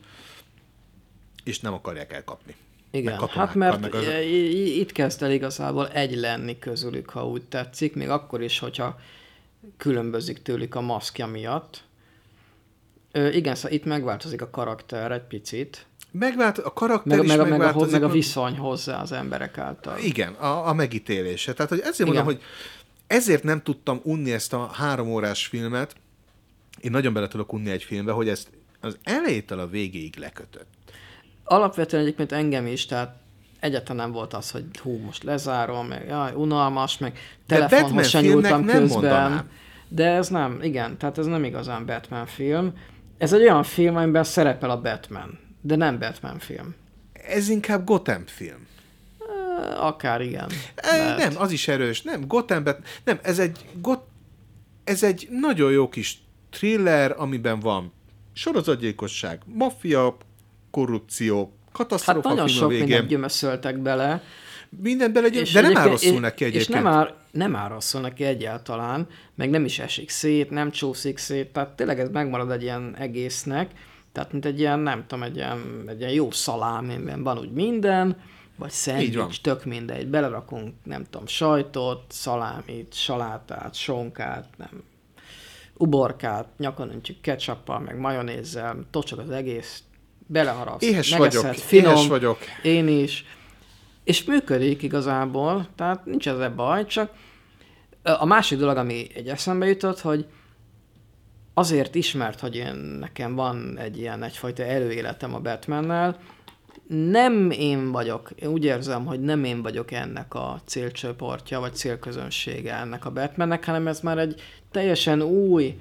és nem akarják elkapni. Igen, hát mert itt kezd el igazából egy lenni közülük, ha úgy tetszik, még akkor is, hogyha különbözik tőlük a maszkja miatt. Igen, szóval itt megváltozik a karakter egy picit. A karakter is megváltozik. Meg a viszony hozzá az emberek által. Igen, a megítélése. Tehát, hogy ezért mondom, hogy ezért nem tudtam unni ezt a 3 órás filmet. Én nagyon bele tudok unni egy filmbe, hogy ezt az elejétől a végéig lekötött. Alapvetően egyébként engem is, tehát egyáltalán nem volt az, hogy most lezárom, meg jaj, unalmas, meg telefonhoz se nyúltam közben. Mondanám. De ez nem, igen, tehát ez nem igazán Batman film. Ez egy olyan film, amiben szerepel a Batman, de nem Batman film. Ez inkább Gotham film. Akár igen. Nem, az is erős. Nem, Gotham, nem, ez egy nagyon jó kis thriller, amiben van sorozatgyilkosság, maffia, korrupció, katasztrófa hát nagyon film sok végén. mindent gyömöszöltek bele. Mindent bele, de nem áll rosszul neki egyébként. És nem áll rosszul neki egyáltalán, meg nem is esik szét, nem csúszik szét, tehát tényleg ez megmarad egy ilyen egésznek, tehát mint egy ilyen, nem tudom, egy ilyen jó szalám, amiben van úgy minden, vagy szendvics, tök mindegy, belerakunk, nem tudom, sajtot, szalámit, salátát, sonkát, nem, uborkát, nyakon öntjük ketchuppal, meg majonézzel, tocsog az egész, beleharapsz, megeszed, finom, éhes vagyok. Én is. És működik igazából, tehát nincs ezzel baj, csak a másik dolog, ami egy eszembe jutott, hogy azért ismert, hogy nekem van egyfajta előéletem a Batmannel, nem én vagyok, én úgy érzem, hogy nem én vagyok ennek a célcsoportja, vagy célközönsége ennek a Batmannek, hanem ez már egy teljesen új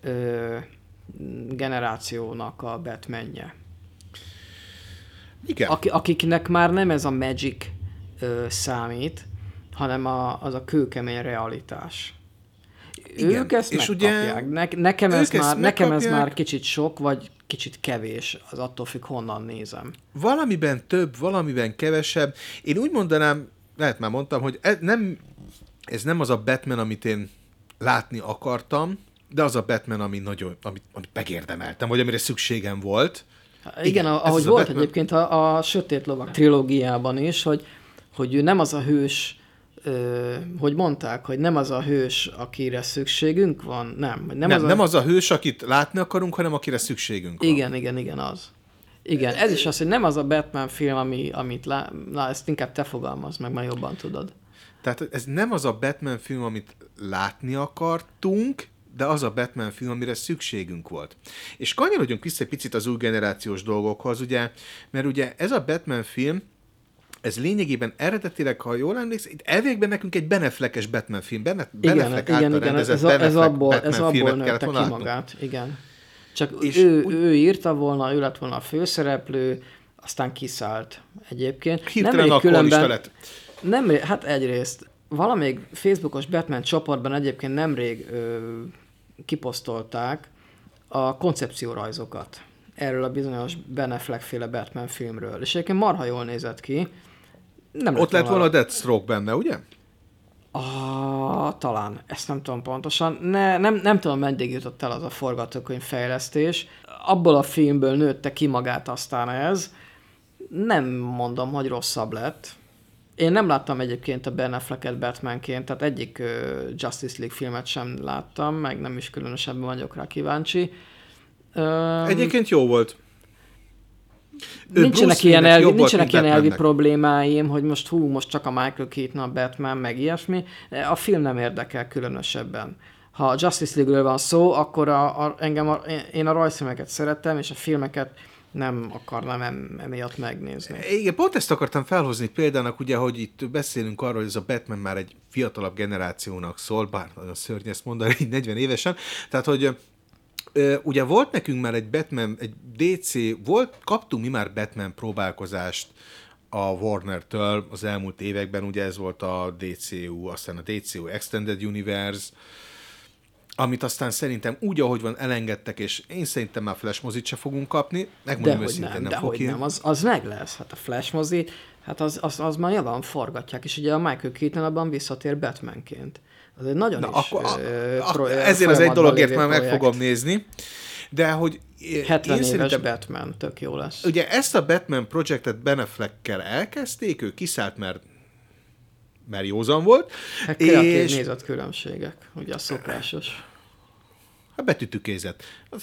generációnak a Batmanje. Igen. Akiknek már nem ez a magic számít, hanem az a kőkemény realitás. Igen. Ők ezt és megkapják. Nekem ez már kicsit sok, vagy kicsit kevés, az attól függ, honnan nézem. Valamiben több, valamiben kevesebb. Én úgy mondanám, lehet már mondtam, hogy ez nem az a Batman, amit én látni akartam, de az a Batman, amit megérdemeltem, vagy amire szükségem volt. Igen, ahogy volt egyébként a Sötét Lovag trilógiában is, hogy ő nem az a hős, hogy mondták, hogy nem az a hős, akire szükségünk van, nem az a hős, akit látni akarunk, hanem akire szükségünk van. Igen, az. Igen, ez is az, hogy nem az a Batman film, amit ezt inkább te fogalmazd meg, már jobban tudod. Tehát ez nem az a Batman film, amit látni akartunk, de az a Batman film, amire szükségünk volt. És kanyarodjunk vissza egy picit az új generációs dolgokhoz, ugye, mert ugye ez a Batman film, ez lényegében eredetileg, ha jól emlékszem, itt elvégben nekünk egy Ben Affleck-es Batman film. Ben Affleck által rendezett Ben Affleck Batman filmet kellett volna ki magát, igen. Csak ő írta volna, ő lett volna a főszereplő, aztán kiszállt egyébként. Hirtelen alkoholista lett. Nemrég, hát egyrészt valamelyik Facebookos Batman csoportban egyébként nemrég kiposztolták a koncepciórajzokat erről a bizonyos Ben Affleck-féle Batman filmről. És egyébként marha jól nézett ki. Ott lett volna a Deathstroke benne, ugye? Talán. Ezt nem tudom pontosan. Nem tudom, meddig jutott el az a forgatókönyv fejlesztés. Abból a filmből nőtte ki magát aztán ez. Nem mondom, hogy rosszabb lett. Én nem láttam egyébként a Ben Affleck-et Batmanként, tehát egyik Justice League filmet sem láttam, meg nem is különösebben vagyok rá kíváncsi. Egyébként jó volt. Nincsenek ilyen elvi problémáim, hogy most csak a Michael Keaton, a Batman, meg ilyesmi. A film nem érdekel különösebben. Ha Justice League-ről van szó, akkor én a rajzfilmeket szeretem, és a filmeket nem akarnám emiatt megnézni. Igen, pont ezt akartam felhozni példának, ugye, hogy itt beszélünk arról, hogy ez a Batman már egy fiatalabb generációnak szól, bár nagyon szörnyű ezt mondani, így 40 évesen. Tehát, hogy ugye volt nekünk már egy Batman, egy DC, kaptunk mi már Batman próbálkozást a Warner-től az elmúlt években, ugye ez volt a DCU, aztán a DCU Extended Universe, amit aztán szerintem úgy, ahogy van, elengedtek, és én szerintem már Flash mozit se fogunk kapni. Megmondom őszintén, nem fog nem, az meg lesz. Hát a Flash mozi, hát az már nyilván forgatják, és ugye a Michael Keaton abban visszatér Batmanként. Az egy nagyon ezért az egy dologért már meg fogom nézni. De hogy 70 éves Batman, tök jó lesz. Ugye ezt a Batman projektet Ben Affleckkel elkezdték, ő kiszállt, mert józan volt. Hát kreatív nézetkülönbségek, ugye a szokásos. A betűtükézet.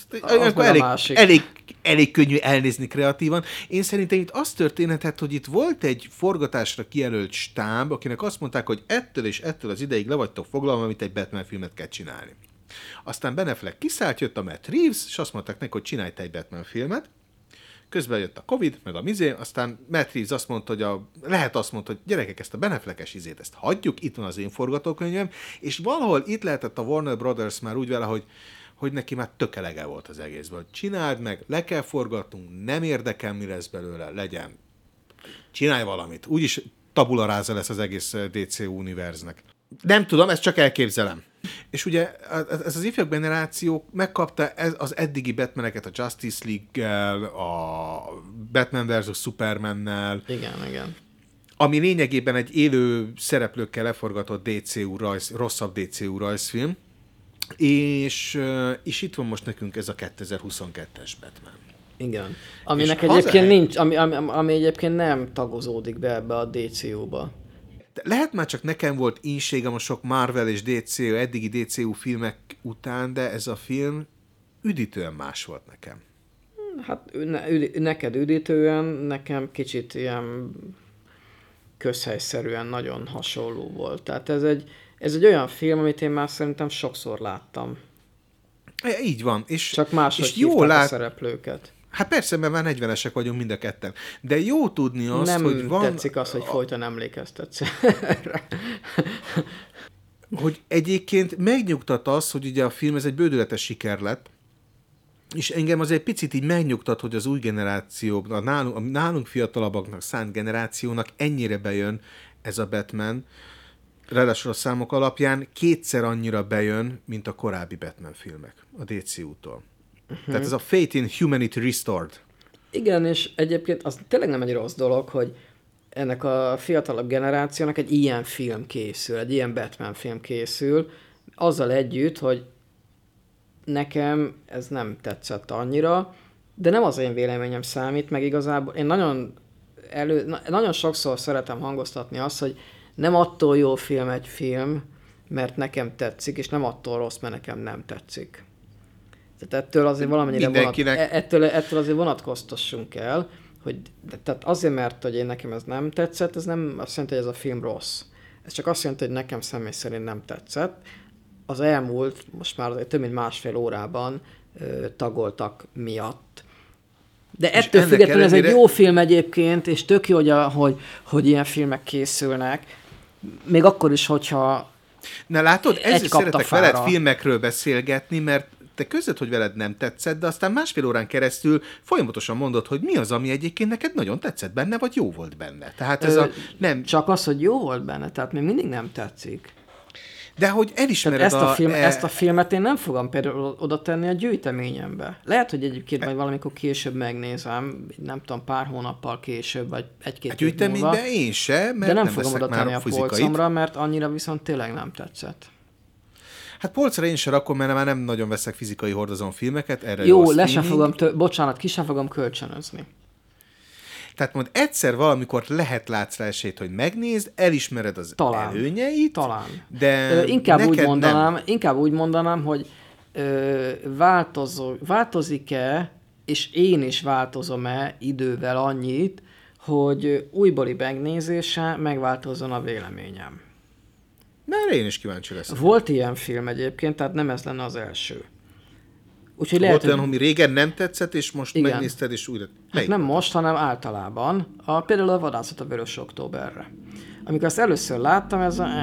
Elég könnyű elnézni kreatívan. Én szerintem itt az történhetett, hogy itt volt egy forgatásra kijelölt stáb, akinek azt mondták, hogy ettől és ettől az ideig le vagytok foglalva, amit egy Batman filmet kell csinálni. Aztán Ben Affleck kiszállt, jött a Matt Reeves, és azt mondták neki, hogy csinálj te egy Batman filmet. Közben jött a Covid, meg a aztán Matt Reeves azt mondta, hogy gyerekek, ezt a Ben Affleck-es izét, ezt hagyjuk, itt van az én forgatókönyvem, és valahol itt lehetett a Warner Brothers már úgy vele, hogy neki már tök elege volt az egészből. Csináld meg, le kell forgatnunk, nem érdekel, mi lesz belőle, legyen. Csinálj valamit. Úgyis tabula rasa lesz az egész DC univerznek. Nem tudom, ezt csak elképzelem. És ugye ez az ifjabb generáció megkapta az eddigi Batmaneket a Justice League-gel, a Batman vs. Superman-nel. Igen. Ami lényegében egy élő szereplőkkel leforgatott rosszabb DCU rajzfilm. És itt van most nekünk ez a 2022-es Batman. Igen. Aminek egyébként nincs, ami egyébként nem tagozódik be ebbe a DCU-ba. De lehet már csak nekem volt ínségem a sok Marvel és DCU, eddigi DCU filmek után, de ez a film üdítően más volt nekem. Hát neked üdítően, nekem kicsit ilyen közhelyszerűen nagyon hasonló volt. Tehát ez egy olyan film, amit én már szerintem sokszor láttam. Így van. És, csak máshogy hívták a szereplőket. Hát persze, mert már 40-esek vagyunk mind a ketten. De jó tudni azt, nem hogy van... Nem tetszik az, hogy folyton emlékeztetsz erre. Hogy egyébként megnyugtat az, hogy ugye a film ez egy bődületes siker lett, és engem az egy picit így megnyugtat, hogy az új generáció, a nálunk fiatalabbaknak szánt generációnak ennyire bejön ez a Batman, ráadásul a számok alapján kétszer annyira bejön, mint a korábbi Batman filmek a DCU-tól. Tehát ez a Faith in Humanity Restored. Igen, és egyébként az tényleg nem egy rossz dolog, hogy ennek a fiatalabb generációnak egy ilyen film készül, egy ilyen Batman film készül, azzal együtt, hogy nekem ez nem tetszett annyira, de nem az én véleményem számít, meg igazából én nagyon sokszor szeretem hangoztatni azt, hogy nem attól jó film egy film, mert nekem tetszik, és nem attól rossz, mert nekem nem tetszik. Tehát ettől azért valamennyire Mindenkinek. ettől azért vonatkoztassunk el, hogy tehát azért, mert hogy nekem ez nem tetszett, ez nem azt jelenti, hogy ez a film rossz. Ez csak azt jelenti, hogy nekem személy szerint nem tetszett. Az elmúlt, most már több mint másfél órában tagoltak miatt. De ettől függetlenül ez egy jó film egyébként, és tök jó, hogy ilyen filmek készülnek. Még akkor is, hogyha Na látod, ezért szeretek veled filmekről beszélgetni, mert te között, hogy veled nem tetszett, de aztán másfél órán keresztül folyamatosan mondod, hogy mi az, ami egyébként neked nagyon tetszett benne, vagy jó volt benne. Tehát ez nem... Csak az, hogy jó volt benne, tehát még mindig nem tetszik. De hogy elismered ezt a filmet én nem fogom például oda tenni a gyűjteményembe. Lehet, hogy egyébként majd valamikor később megnézem, nem tudom, pár hónappal később, vagy egy-két év múlva. Gyűjteménybe én sem, mert de nem nem fogom oda tenni a polcomra, mert annyira viszont tényleg nem tetszett. Hát polcra én sem rakom, mert már nem nagyon veszek fizikai hordozón filmeket. Erre jó ki sem fogom kölcsönözni. Tehát mond egyszer valamikor látsz rá esélyt, hogy megnézd, elismered az előnyeit. Talán. De inkább úgy mondanám, hogy változik-e, és én is változom-e idővel annyit, hogy újbóli megnézése megváltozzon a véleményem. Mert én is kíváncsi leszek. Volt ilyen film egyébként, tehát nem ez lenne az első. Úgyhogy volt olyan, ami régen nem tetszett, és most igen. Megnézted, és újra... Hát nem most, hanem általában. Például a Vadászat a Vörös Októberre. Amikor ezt először láttam,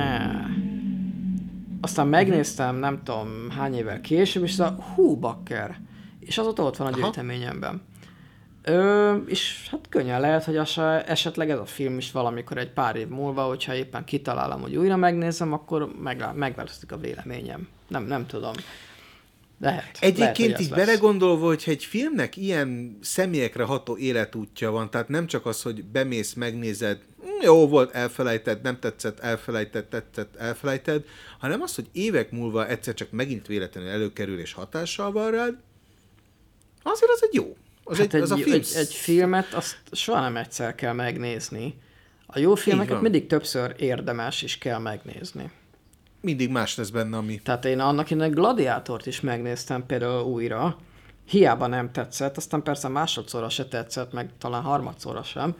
aztán megnéztem, nem tudom hány évvel később, és bakker. És azóta ott van a gyűjteményemben. És hát könnyen lehet, hogy esetleg ez a film is valamikor egy pár év múlva, hogyha éppen kitalálom, hogy újra megnézem, akkor megváltozik a véleményem. Nem tudom. Egyébként így belegondolva, hogyha egy filmnek ilyen személyekre ható életútja van, tehát nem csak az, hogy bemész, megnézed, jó volt, elfelejted, nem tetszett, elfelejted, tetszett, elfelejted, hanem az, hogy évek múlva egyszer csak megint véletlenül előkerül és hatással van rád, azért az egy jó. Egy filmet azt soha nem egyszer kell megnézni. A jó filmeket mindig többször érdemes is kell megnézni. Mindig más lesz benne, ami... Tehát én annak innen Gladiátort is megnéztem például újra. Hiába nem tetszett, aztán persze másodszorra se tetszett, meg talán harmadszorra sem.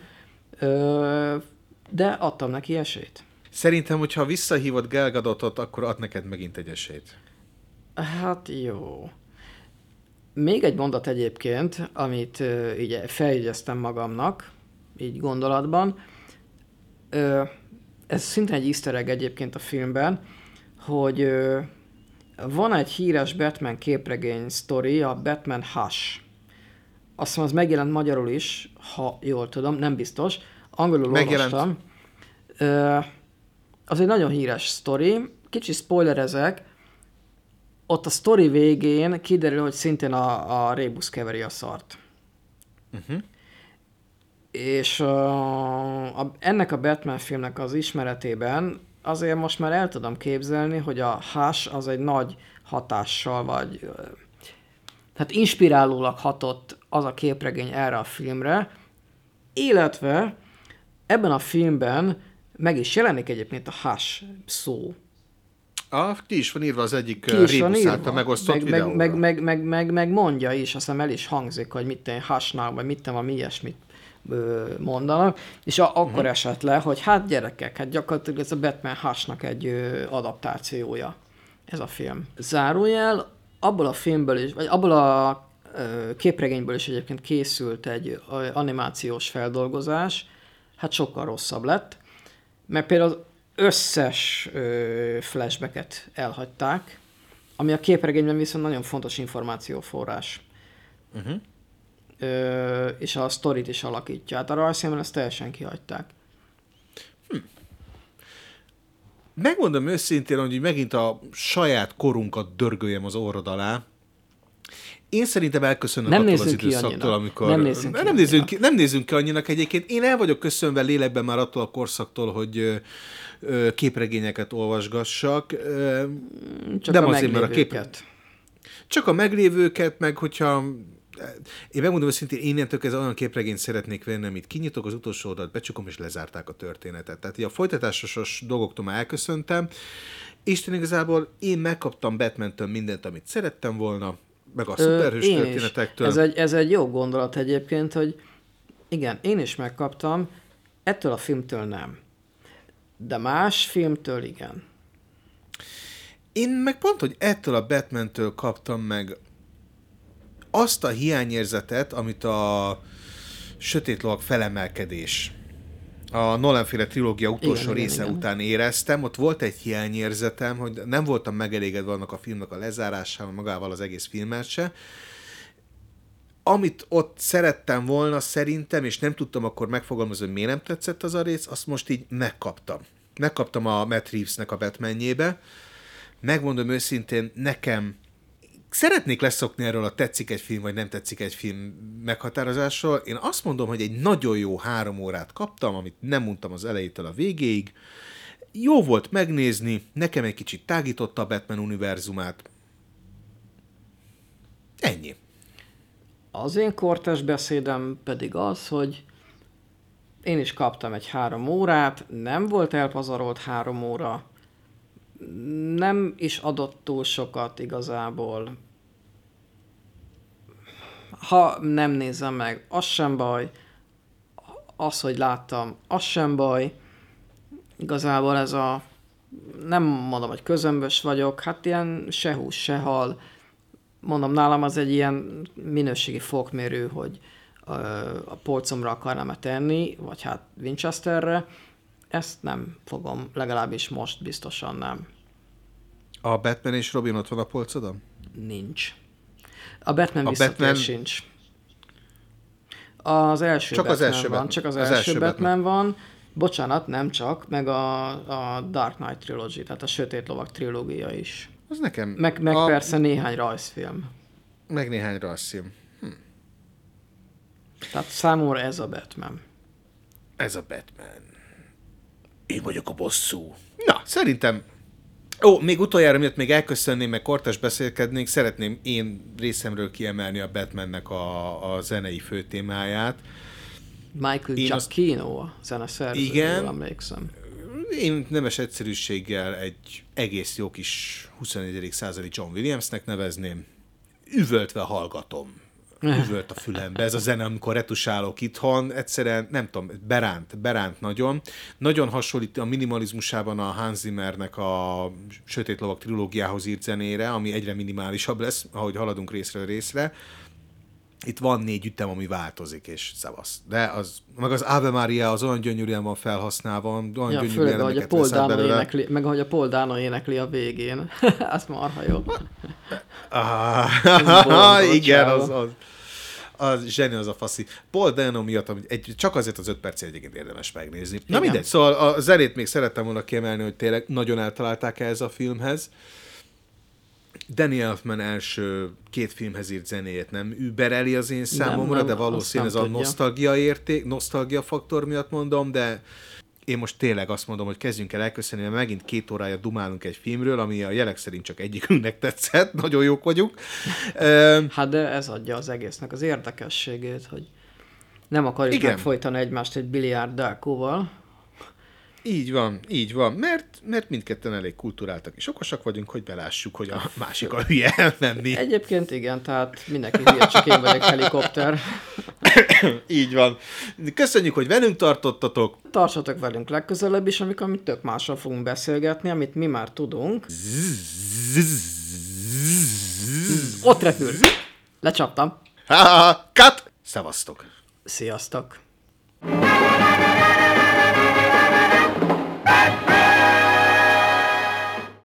De adtam neki esélyt. Szerintem, hogyha visszahívod Gal Gadotot, akkor ad neked megint egy esélyt. Hát jó. Még egy mondat egyébként, amit így feljegyeztem magamnak, így gondolatban. Ez szintén egy easter egg egyébként a filmben, hogy van egy híres Batman képregény sztori, a Batman Hush. Azt hiszem, az megjelent magyarul is, ha jól tudom, nem biztos. Angolul olvastam. Az egy nagyon híres sztori. Kicsi spoilerezek. Ott a sztori végén kiderül, hogy szintén a Rébus keveri a szart. Uh-huh. És ennek a Batman filmnek az ismeretében azért most már el tudom képzelni, hogy a Hush az egy nagy hatással, vagy hát inspirálólag hatott az a képregény erre a filmre, illetve ebben a filmben meg is jelenik egyébként a Hush szó. Ki is van írva az egyik Rébus által megosztott videóra. Meg mondja is, azt hiszem el is hangzik, hogy mit tenni Hushnál, vagy mit tenni, valami ilyesmit mondanak, és akkor esett le, hogy hát gyerekek, hát gyakorlatilag ez a Batman Hushnak egy adaptációja, ez a film. Zárójel, abból a filmből is, vagy abból a képregényből is egyébként készült egy animációs feldolgozás, hát sokkal rosszabb lett, mert például az összes flashbacket elhagyták, ami a képregényben viszont nagyon fontos információforrás. Uh-huh. És a sztorit is alakítja. Hát a rajzfilmben ezt teljesen kihagyták. Megmondom őszintén, hogy megint a saját korunkat dörgöljem az orrod alá. Én szerintem elköszönök attól az időszaktól, amikor... Nem nézünk ki annyinak egyébként. Én el vagyok köszönve lélekben már attól a korszaktól, hogy képregényeket olvasgassak. Csak nem a meglévőket. Csak a meglévőket, meg hogyha... Én megmondom őszintén, én innentől kezdve olyan képregényt szeretnék venni, amit kinyitok, az utolsó oldalt becsukom, és lezárták a történetet. Tehát a folytatásos dolgoktól már elköszöntem. Isten igazából én megkaptam Batmantől mindent, amit szerettem volna. meg a szuperhős történetektől. Ez egy jó gondolat egyébként, hogy igen, én is megkaptam, ettől a filmtől nem. De más filmtől igen. Én meg pont, hogy ettől a Batman-től kaptam meg azt a hiányérzetet, amit a Sötét Lovag felemelkedés, a Nolan-féle trilógia utolsó része után éreztem. Ott volt egy hiányérzetem, hogy nem voltam megelégedve annak a filmnek a lezárásával, magával az egész filmmel se. Amit ott szerettem volna szerintem, és nem tudtam akkor megfogalmazni, hogy miért nem tetszett az a rész, azt most így megkaptam. Megkaptam a Matt Reevesnek a Batmanjébe. Megmondom őszintén, nekem szeretnék leszokni erről a tetszik egy film, vagy nem tetszik egy film meghatározásról. Én azt mondom, hogy egy nagyon jó 3 órát kaptam, amit nem mondtam az elejétől a végéig. Jó volt megnézni, nekem egy kicsit tágította a Batman univerzumát. Ennyi. Az én kortes beszédem pedig az, hogy én is kaptam egy 3 órát, nem volt elpazarolt 3 óra, nem is adott túl sokat igazából. Ha nem nézem meg, az sem baj. Az, hogy láttam, az sem baj. Igazából ez a... Nem mondom, hogy közömbös vagyok, hát ilyen se hús, se hal. Mondom, nálam az egy ilyen minőségi fokmérő, hogy a polcomra akarnám tenni, vagy hát Winchesterre. Ezt nem fogom, legalábbis most biztosan nem. A Batman és Robin ott van a polcodon? Nincs. A Batman sincs. Az első csak Batman az első van. Csak az első Batman van. Bocsánat, nem csak, meg a Dark Knight Trilogy, tehát a Sötét Lovag trilógia is. Az nekem... Meg persze néhány rajzfilm. Meg néhány rajzfilm. Tehát számomra ez a Batman. Ez a Batman. Én vagyok a bosszú. Na, szerintem... még utoljára, miatt még elköszönném, meg kortás beszélkednénk, szeretném én részemről kiemelni a Batmannek a zenei főtémáját. Michael Giacchino a zeneszerzőről, emlékszem. Én nemes egyszerűséggel egy egész jó kis 21. századi John Williamsnek nevezném. Üvöltve hallgatom. Üvölt a fülembe. Ez a zene, amikor retusálok itthon, egyszerűen, nem tudom, beránt nagyon. Nagyon hasonlít a minimalizmusában a Hans Zimmernek a Sötét Lovag trilógiához írt zenére, ami egyre minimálisabb lesz, ahogy haladunk részről részre. Itt van 4 ütem, ami változik, és szavasz. De az, meg az Ave Maria az olyan gyönyörűen van felhasználva, olyan gyönyörűen főleg, ahogy a Paul Dano énekli, meg ahogy a Paul Dano énekli a végén. Az marha jó. Igen, az zseni, az a faszi. Paul Dano miatt, csak azért az 5 percet egyébként érdemes megnézni. Igen. Na mindegy, szóval a zenét még szerettem volna kiemelni, hogy tényleg nagyon eltalálták ez a filmhez. Danny Elfman első 2 filmhez írt zenéjét nem übereli az én számomra, nem, de valószínűleg ez a nosztalgia faktor miatt mondom, de én most tényleg azt mondom, hogy kezdjünk el elköszönni, mert megint 2 órája dumálunk egy filmről, ami a jelek szerint csak egyikünknek tetszett, nagyon jók vagyunk. Hát de ez adja az egésznek az érdekességét, hogy nem akarjuk megfojtani egymást egy biliárd dákóval. Így van, mert mindketten elég kulturáltak és okosak vagyunk, hogy belássuk, hogy a másik a hülye, nem mi. Egyébként igen, tehát mindenki hülye, csak én vagyok helikopter. Így van. Köszönjük, hogy velünk tartottatok. Tartsatok velünk legközelebb is, amikor mi tök másról fogunk beszélgetni, amit mi már tudunk. Ott repül. Lecsaptam. Cut! Szevasztok. Sziasztok.